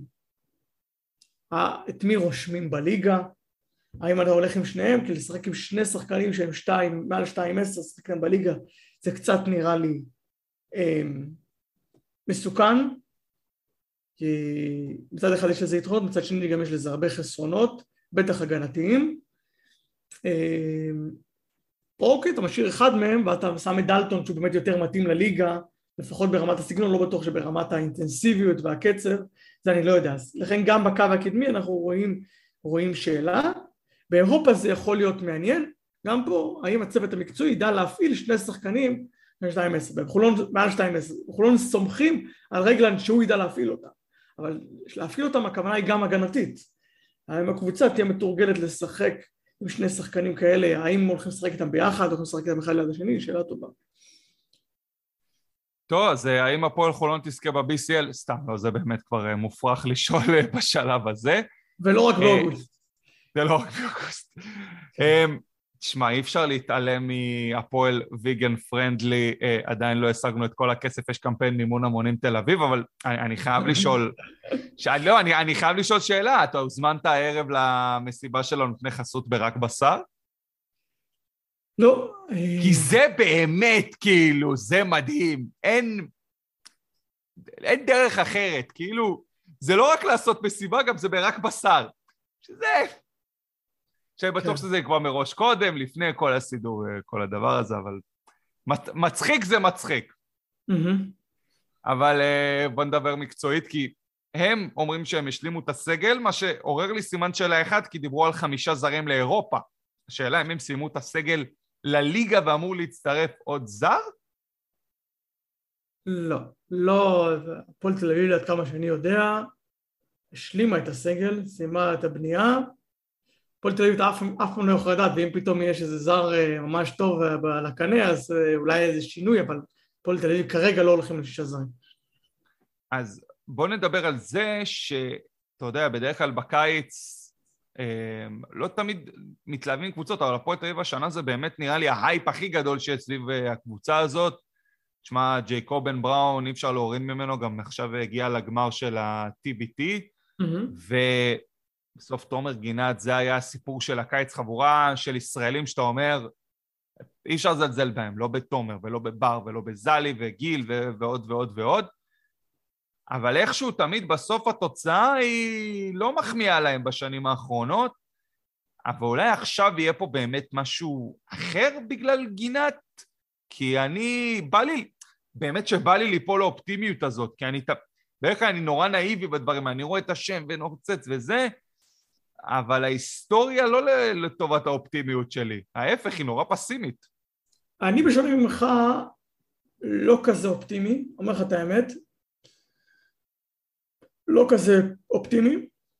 Speaker 2: את מי רושמים בליגה, האם אתה הולך עם שניהם, כי לשחק עם שני שחקנים שהם שתיים, מעל שתיים עשר שחקנים בליגה, זה קצת נראה לי אה, מסוכן, כי מצד אחד יש לזה יתרונות, מצד שני גם יש לזה הרבה חסרונות, בטח הגנתיים. אה, אוקיי, אתה משאיר אחד מהם, ואתה שם את דלטון שהוא באמת יותר מתאים לליגה, לפחות ברמת הסגנון, לא בטוח שברמת האינטנסיביות והקצב, זה אני לא יודע. אז לכן גם בקו הקדמי אנחנו רואים, רואים שאלה, באירופה זה יכול להיות מעניין, גם פה, האם הצוות המקצועי ידע להפעיל שני שחקנים מעל שתיים עשר, מעל שתיים עשר, אנחנו לא סומכים על רגלנד שהוא ידע להפעיל אותה, אבל להפעיל אותם הכוונה היא גם הגנתית, האם הקבוצה תהיה מתורגלת לשחק עם שני שחקנים כאלה, האם הולכים לשחק איתם ביחד, הולכים לשחק איתם אחד ליד השני, שאלה טובה.
Speaker 1: טוב, אז האם הפועל חולון תזכה ב-בי סי אל? סתם, לא, זה באמת כבר מופרך לשאול בשלב הזה.
Speaker 2: ולא רק באוגוסט.
Speaker 1: זה לא רק באוגוסט. תשמע, אי אפשר להתעלם מהפועל ויגן פרנדלי, עדיין לא השגנו את כל הכסף, יש קמפיין מימון המונים תל אביב, אבל אני חייב לשאול, לא, אני חייב לשאול שאלה, אתה הוזמנת הערב למסיבה שלנו לפני חסות ברק בשר?
Speaker 2: לא.
Speaker 1: כי זה באמת, כאילו, זה מדהים, אין, אין דרך אחרת, כאילו, זה לא רק לעשות מסיבה, גם זה ברק בשר, שזה... שאני בטוח שזה כבר מראש קודם, לפני כל הסידור, כל הדבר הזה, אבל מצחיק זה מצחיק. אבל בוא נדבר מקצועית, כי הם אומרים שהם השלימו את הסגל, מה שעורר לי סימן שאלה אחד, כי דיברו על חמישה זרים לאירופה. השאלה אם הם סיימו את הסגל לליגה ואמור להצטרף עוד זר?
Speaker 2: לא, לא, הפועל תל אביב, עד כמה שאני יודע, השלימה את הסגל, סיימה את הבנייה, הפועל תל אביב אף פעם לא יכול לדעת, ואם פתאום יש איזה זר ממש טוב על הקנה, אז אולי איזה שינוי, אבל הפועל תל אביב כרגע לא הולכים לשישה זרים.
Speaker 1: אז בוא נדבר על זה שאתה יודע, בדרך כלל בקיץ, לא תמיד מתלהבים קבוצות, אבל הפועל תל אביב השנה זה באמת נראה לי ההייפ הכי גדול שיש סביב הקבוצה הזאת. תשמע, ג'ייקובן בראון, אי אפשר להוריד ממנו, גם עכשיו הגיע לגמר של ה-טי בי טי, ובסוף תומר גינת, זה היה הסיפור של הקיץ, חבורה של ישראלים שאתה אומר, אי אפשר לזלזל בהם, לא בתומר ולא בבר ולא בזלי וגיל ועוד ועוד ועוד, אבל איכשהו תמיד בסוף התוצאה היא לא מחמיאה להם בשנים האחרונות, אבל אולי עכשיו יהיה פה באמת משהו אחר בגלל גינת, כי אני, בא לי, באמת שבא לי ליפול לאופטימיות הזאת, כי אני, בערך אני נורא נאיבי בדברים, אני רואה את השם ונוצץ וזה, אבל ההיסטוריה לא לטובת האופטימיות שלי, ההפך היא נורא פסימית.
Speaker 2: אני בשונה ממך לא כזה אופטימי, אומר לך את האמת, לא כזה אופטימי,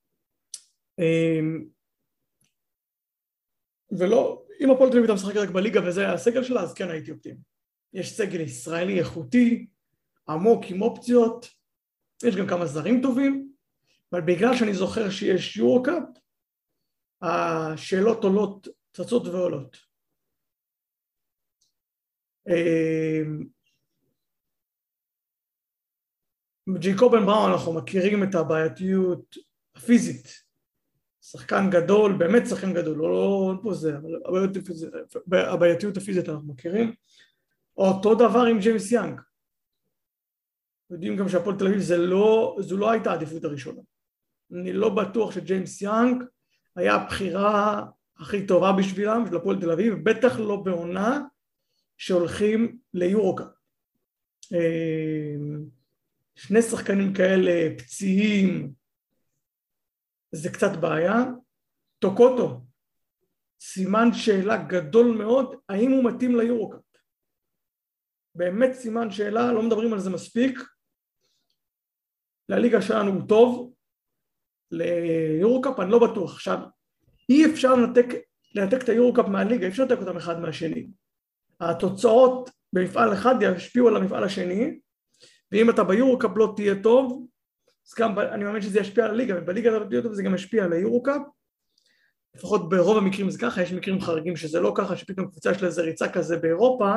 Speaker 2: ולא, אם הפועל תל אביב משחק רק בליגה וזה הסגל שלה, אז כן הייתי אופטימי. יש סגל ישראלי איכותי, עמוק עם אופציות, יש גם כמה זרים טובים, אבל בגלל שאני זוכר שיש יורוקאפ, השאלות עולות, צצות ועולות. ג'ייקובן בראון אנחנו מכירים את הבעייתיות הפיזית, שחקן גדול, באמת שחקן גדול, לא, לא פה זה, אבל הבעייתיות הפיזית אנחנו מכירים. אותו דבר עם ג'יימס יאנג. יודעים גם שהפועל תל אביב זה לא, זו לא הייתה העדיפות הראשונה. אני לא בטוח שג'יימס יאנג היה הבחירה הכי טובה בשבילם, של הפועל תל אביב, בטח לא בעונה שהולכים ליורוקאפ. שני שחקנים כאלה פציעים, זה קצת בעיה. טוקוטו, סימן שאלה גדול מאוד, האם הוא מתאים ליורוקאפ? באמת סימן שאלה, לא מדברים על זה מספיק. לליגה שלנו הוא טוב, ליורוקאפ אני לא בטוח. עכשיו, אי אפשר לנתק, לנתק את היורוקאפ מהליגה, אי אפשר לנתק אותם אחד מהשני. התוצאות במפעל אחד ישפיעו על המפעל השני, ואם אתה ביורוקאפ לא תהיה טוב, אז גם אני מאמין שזה ישפיע על הליגה, ובליגה לא תהיה טוב זה גם ישפיע על היורוקאפ, לפחות ברוב המקרים זה ככה, יש מקרים חריגים שזה לא ככה, שפתאום קבוצה של איזה ריצה כזה באירופה,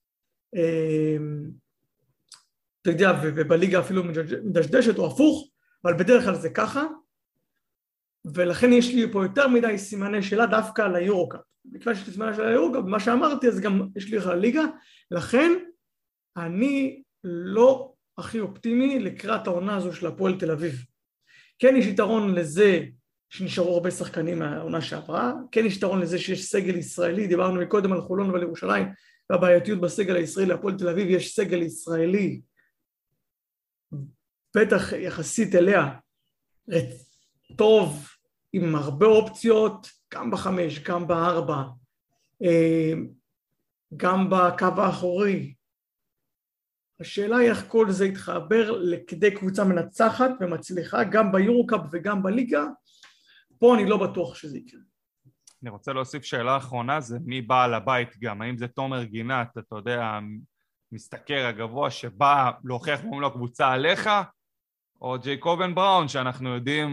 Speaker 2: אתה יודע, ובליגה אפילו מדשדשת או הפוך, אבל בדרך כלל זה ככה, ולכן יש לי פה יותר מדי סימני שאלה דווקא על היורוקאפ. בגלל שיש לי סימני שאלה על היורוקאפ, מה שאמרתי, אז גם יש לי לך לליגה, לכן אני לא הכי אופטימי לקראת העונה הזו של הפועל תל אביב. כן יש יתרון לזה שנשארו הרבה שחקנים מהעונה שעברה, כן יש יתרון לזה שיש סגל ישראלי, דיברנו מקודם על חולון ועל ירושלים, והבעייתיות בסגל הישראלי, הפועל תל אביב יש סגל ישראלי, בטח יחסית אליה, טוב, עם הרבה אופציות, גם בחמש, גם בארבע, גם בקו האחורי. השאלה היא איך כל זה יתחבר לכדי קבוצה מנצחת ומצליחה, גם ביורוקאפ וגם בליגה, פה אני לא בטוח שזה יקרה.
Speaker 1: אני רוצה להוסיף שאלה אחרונה, זה מי בעל הבית גם, האם זה תומר גינת, אתה יודע, מסתכר הגבוה שבא להוכיח מול הקבוצה עליך, או ג'ייקובן בראון, שאנחנו יודעים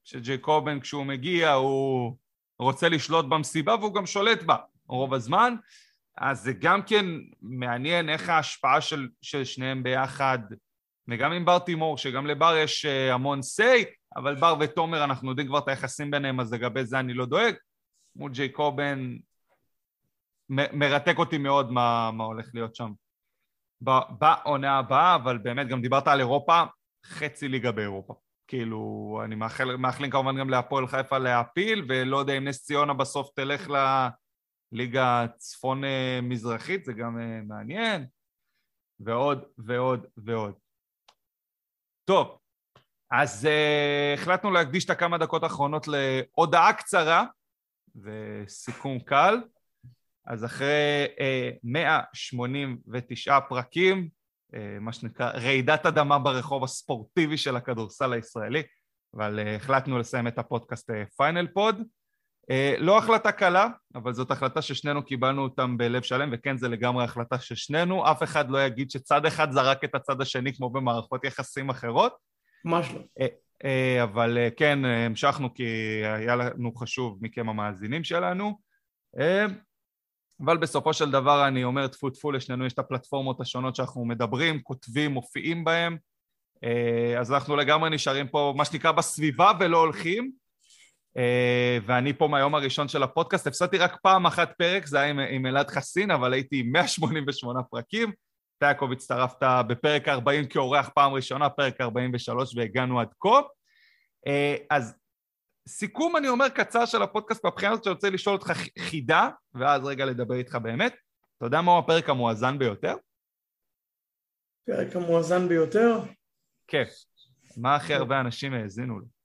Speaker 1: שג'ייקובן כשהוא מגיע הוא רוצה לשלוט במסיבה והוא גם שולט בה רוב הזמן, אז זה גם כן מעניין איך ההשפעה של, של שניהם ביחד, וגם עם בר תימור, שגם לבר יש המון סי, אבל בר ותומר אנחנו יודעים כבר את היחסים ביניהם, אז לגבי זה אני לא דואג. מול ג'ייקובן מ- מרתק אותי מאוד מה, מה הולך להיות שם בעונה הבאה, אבל באמת גם דיברת על אירופה, חצי ליגה באירופה. כאילו, אני מאחל, מאחלים כמובן גם להפועל חיפה להפיל, ולא יודע אם נס ציונה בסוף תלך לליגה צפון מזרחית, זה גם מעניין, ועוד ועוד ועוד. טוב, אז uh, החלטנו להקדיש את הכמה דקות האחרונות להודעה קצרה, וסיכום קל. אז אחרי uh, מאה שמונים ותשעה פרקים, uh, מה שנקרא רעידת אדמה ברחוב הספורטיבי של הכדורסל הישראלי, אבל uh, החלטנו לסיים את הפודקאסט פיינל פוד. Uh, לא החלטה קלה, אבל זאת החלטה ששנינו קיבלנו אותם בלב שלם, וכן זה לגמרי החלטה ששנינו, אף אחד לא יגיד שצד אחד זרק את הצד השני כמו במערכות יחסים אחרות.
Speaker 2: ממש לא.
Speaker 1: Uh, uh, אבל uh, כן, uh, המשכנו כי היה לנו חשוב מכם המאזינים שלנו, uh, אבל בסופו של דבר אני אומר תפו תפו לשנינו, יש את הפלטפורמות השונות שאנחנו מדברים, כותבים, מופיעים בהם, uh, אז אנחנו לגמרי נשארים פה, מה שנקרא בסביבה ולא הולכים, Uh, ואני פה מהיום הראשון של הפודקאסט, הפסדתי רק פעם אחת פרק, זה היה עם, עם אלעד חסין, אבל הייתי עם מאה שמונים ושמונה פרקים, אתה יעקב הצטרפת בפרק ארבעים כאורח פעם ראשונה, פרק ארבעים ושלוש והגענו עד כה, uh, אז סיכום אני אומר קצר של הפודקאסט בבחינה הזאת שאני רוצה לשאול אותך חידה, ואז רגע לדבר איתך באמת, אתה יודע מהו הפרק המואזן ביותר?
Speaker 2: פרק המואזן ביותר?
Speaker 1: כן, מה הכי הרבה אנשים האזינו לו?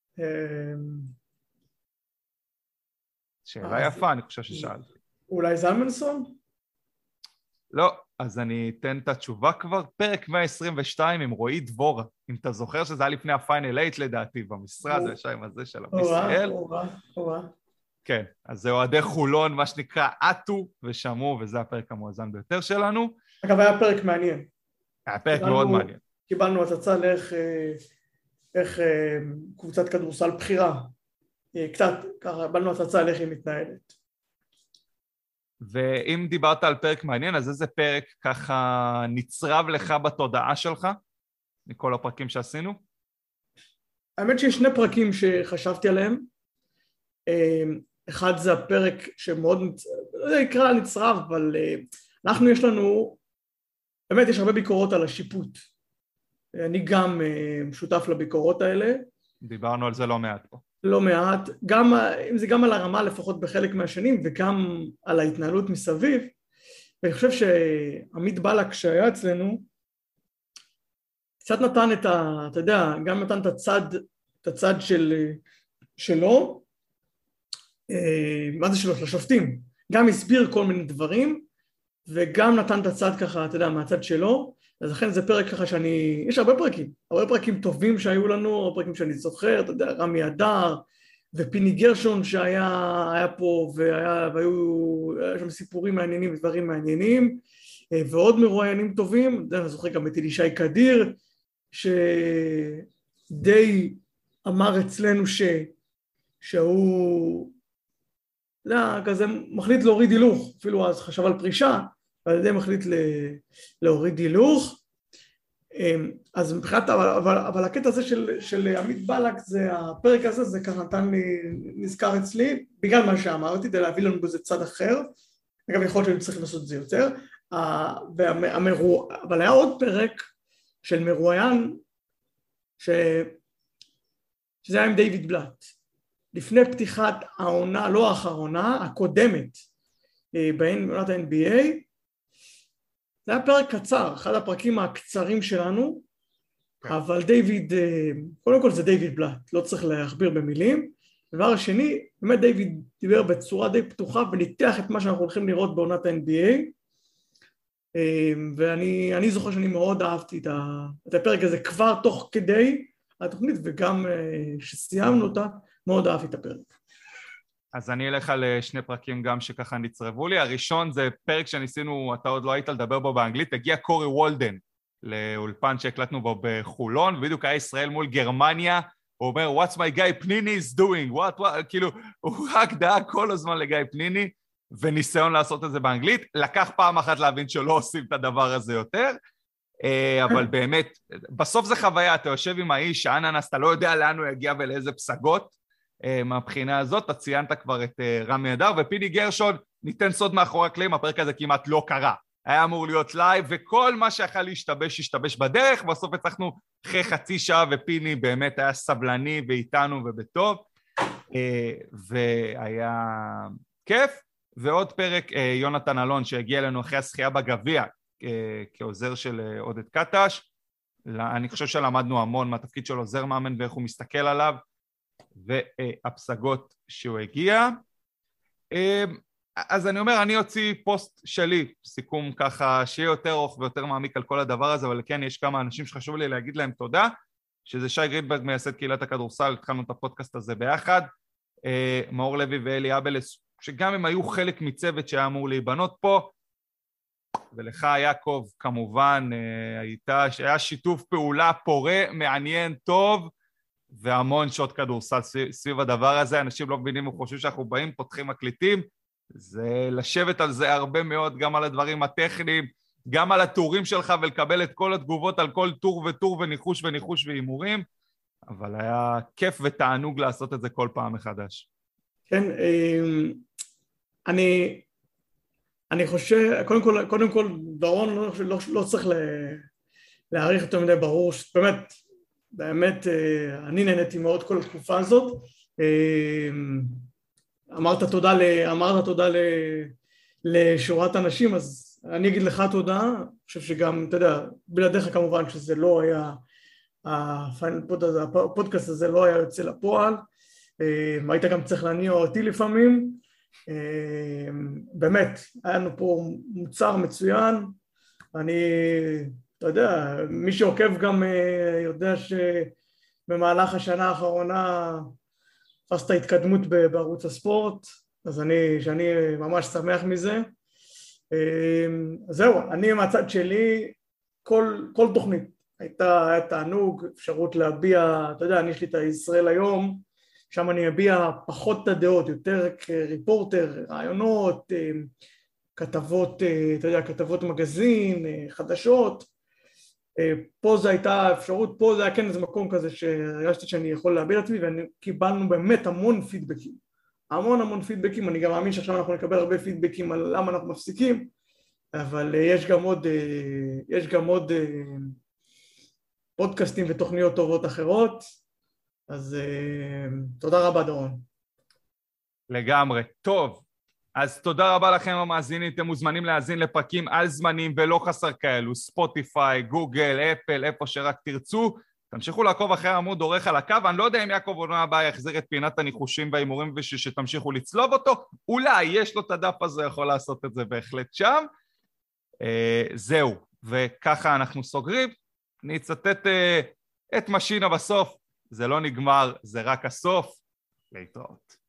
Speaker 1: שאלה יפה, אני חושב ששאלתי.
Speaker 2: אולי זלמנסון?
Speaker 1: לא, אז אני אתן את התשובה כבר. פרק מאה עשרים ושתיים עם רועי דבורה. אם אתה זוכר שזה היה לפני הפיינל אייט לדעתי, במשרד השיים הזה של ה-בי סי אל.
Speaker 2: אורה, אורה.
Speaker 1: כן, אז זה אוהדי חולון, מה שנקרא עטו ושמעו, וזה הפרק המואזן ביותר שלנו.
Speaker 2: אגב, היה פרק מעניין.
Speaker 1: היה פרק מאוד מעניין.
Speaker 2: קיבלנו הצצה לאיך איך קבוצת כדורסל בחירה. קצת, ככה, קיבלנו הצצה על איך היא מתנהלת.
Speaker 1: ואם דיברת על פרק מעניין, אז איזה פרק ככה נצרב לך בתודעה שלך, מכל הפרקים שעשינו?
Speaker 2: האמת שיש שני פרקים שחשבתי עליהם. אחד זה הפרק שמאוד, לא יודע, יקרא נצרב, אבל אנחנו יש לנו, באמת יש הרבה ביקורות על השיפוט. אני גם שותף לביקורות האלה.
Speaker 1: דיברנו על זה לא מעט פה.
Speaker 2: לא מעט, גם, אם זה גם על הרמה לפחות בחלק מהשנים, וגם על ההתנהלות מסביב, ואני חושב שעמית בלק שהיה אצלנו, קצת נתן את ה... אתה יודע, גם נתן את הצד, את הצד של, שלו, מה זה שלו? של השופטים, גם הסביר כל מיני דברים, וגם נתן את הצד ככה, אתה יודע, מהצד שלו, אז לכן זה פרק ככה שאני, יש הרבה פרקים, הרבה פרקים טובים שהיו לנו, הרבה פרקים שאני זוכר, אתה יודע, רמי אדר, ופיני גרשון שהיה היה פה, והיה, והיו היה שם סיפורים מעניינים ודברים מעניינים, ועוד מרואיינים טובים, אני זוכר גם את אלישי קדיר, שדי אמר אצלנו ש, שהוא, לא, כזה מחליט להוריד הילוך, אפילו אז חשב על פרישה, ועל ידי מחליט להוריד הילוך, אז מבחינת, אבל, אבל הקטע הזה של, של עמית בלק, זה, הפרק הזה, זה ככה נתן לי, נזכר אצלי, בגלל מה שאמרתי, כדי להביא לנו בזה צד אחר, אגב יכול להיות שאני צריך לעשות את זה יותר, והמרו, אבל היה עוד פרק של מרואיין, ש, שזה היה עם דיוויד בלאט, לפני פתיחת העונה, לא האחרונה, הקודמת, בעונת ה-אן בי איי, זה היה פרק קצר, אחד הפרקים הקצרים שלנו, אבל דיוויד, קודם כל זה דיוויד בלאט, לא צריך להכביר במילים, דבר השני, באמת דיוויד דיבר בצורה די פתוחה וניתח את מה שאנחנו הולכים לראות בעונת ה-אן בי איי, ואני אני זוכר שאני מאוד אהבתי את, ה, את הפרק הזה כבר תוך כדי התוכנית, וגם שסיימנו אותה, מאוד אהבתי את הפרק.
Speaker 1: אז אני אלך על שני פרקים גם שככה נצרבו לי. הראשון זה פרק שניסינו, אתה עוד לא היית לדבר בו באנגלית, הגיע קורי וולדן לאולפן שהקלטנו בו בחולון, ובדיוק היה ישראל מול גרמניה, הוא אומר, what's my guy פניני is doing, what, what, כאילו, הוא רק דאג כל הזמן לגיא פניני, וניסיון לעשות את זה באנגלית, לקח פעם אחת להבין שלא עושים את הדבר הזה יותר, אבל באמת, בסוף זה חוויה, אתה יושב עם האיש, האננס, אתה לא יודע לאן הוא יגיע ולאיזה פסגות, מהבחינה הזאת, אתה ציינת כבר את רמי אדר, ופיני גרשון, ניתן סוד מאחורי הקלעים, הפרק הזה כמעט לא קרה, היה אמור להיות לייב, וכל מה שיכל להשתבש, השתבש בדרך, בסוף הצלחנו אחרי חצי שעה, ופיני באמת היה סבלני, ואיתנו ובטוב, והיה כיף, ועוד פרק יונתן אלון, שהגיע אלינו אחרי השחייה בגביע, כעוזר של עודד קטש, אני חושב שלמדנו המון מהתפקיד של עוזר מאמן, ואיך הוא מסתכל עליו, והפסגות שהוא הגיע. אז אני אומר, אני אוציא פוסט שלי, סיכום ככה, שיהיה יותר ארוך ויותר מעמיק על כל הדבר הזה, אבל כן, יש כמה אנשים שחשוב לי להגיד להם תודה, שזה שי גרינברג מייסד קהילת הכדורסל, התחלנו את הפודקאסט הזה ביחד, מאור לוי ואלי אבלס, שגם הם היו חלק מצוות שהיה אמור להיבנות פה, ולך יעקב כמובן, הייתה, היה שיתוף פעולה פורה, מעניין, טוב, והמון שעות כדורסל סביב הדבר הזה, אנשים לא מבינים וחושבים שאנחנו באים, פותחים מקליטים, זה לשבת על זה הרבה מאוד, גם על הדברים הטכניים, גם על הטורים שלך, ולקבל את כל התגובות על כל טור וטור וניחוש וניחוש ואימורים, אבל היה כיף ותענוג לעשות את זה כל פעם מחדש.
Speaker 2: כן, אני, אני חושב, קודם כל, קודם כל, דורון לא, לא, לא צריך להעריך יותר מדי ברור, באמת, באמת, אני נהניתי מאוד כל התקופה הזאת, אמרת תודה, אמרת תודה לשורת אנשים, אז אני אגיד לך תודה, אני חושב שגם, אתה יודע, בלעדיך כמובן שזה לא היה, הפודקאסט הזה לא היה יוצא לפועל, היית גם צריך להניע אותי לפעמים, באמת, היה לנו פה מוצר מצוין, אני, אתה יודע, מי שעוקב גם יודע שבמהלך השנה האחרונה תפסת התקדמות בערוץ הספורט, אז אני, שאני ממש שמח מזה. זהו, אני מהצד שלי, כל, כל תוכנית הייתה, היה תענוג, אפשרות להביע, אתה יודע, אני יש לי את ישראל היום, שם אני אביע פחות את הדעות, יותר כריפורטר, רעיונות, כתבות, אתה יודע, כתבות מגזין, חדשות, פה זה הייתה אפשרות, פה זה היה כן איזה מקום כזה שהרגשתי שאני יכול להביע את עצמי, וקיבלנו באמת המון פידבקים, המון המון פידבקים, אני גם מאמין שעכשיו אנחנו נקבל הרבה פידבקים על למה אנחנו מפסיקים, אבל יש גם עוד, יש גם עוד פודקאסטים ותוכניות טובות אחרות, אז תודה רבה דורון.
Speaker 1: לגמרי, טוב. אז תודה רבה לכם המאזינים, אתם מוזמנים להאזין לפרקים על זמנים ולא חסר כאלו, ספוטיפיי, גוגל, אפל, איפה שרק תרצו, תמשיכו לעקוב אחרי עמוד עורך על הקו, אני לא יודע אם יעקב עונה הבאה יחזיר את פינת הניחושים והאימורים ושתמשיכו לצלוב אותו, אולי יש לו את הדף הזה, יכול לעשות את זה בהחלט שם, אה, זהו, וככה אנחנו סוגרים, אני אצטט אה, את משינה בסוף, זה לא נגמר, זה רק הסוף, להתראות.